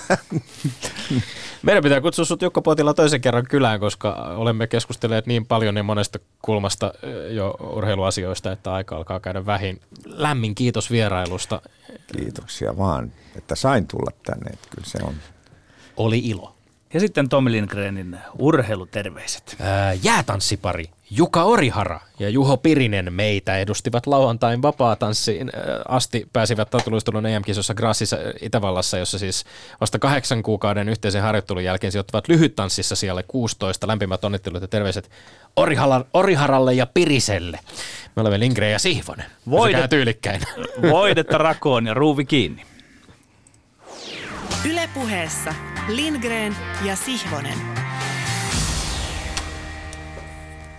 Meidän pitää kutsua sut Jukka Puotila toisen kerran kylään, koska olemme keskustelleet niin paljon ja monesta kulmasta jo urheiluasioista, että aika alkaa käydä vähin. Lämmin kiitos vierailusta. Kiitoksia vaan, että sain tulla tänne. Että kyllä se on. Oli ilo. Ja sitten Tommi Lindgrenin urheiluterveiset. Ää, jäätanssipari Juka Orihara ja Juho Pirinen meitä edustivat lauantain vapaatanssiin asti. Pääsivät taitoluistelun E M-kisossa Grassissa Itävallassa, jossa siis vasta kahdeksan kuukauden yhteisen harjoittelun jälkeen sijoittuvat lyhyttanssissa siellä kuusitoista. Lämpimät onnittelut ja terveiset Oriharalle ja Piriselle. Me olemme Lindgren ja Sihvonen. Voidet, tyylikkäin. Voidetta rakoon ja ruuvi kiinni. Yle Puheessa Lindgren ja Sihvonen.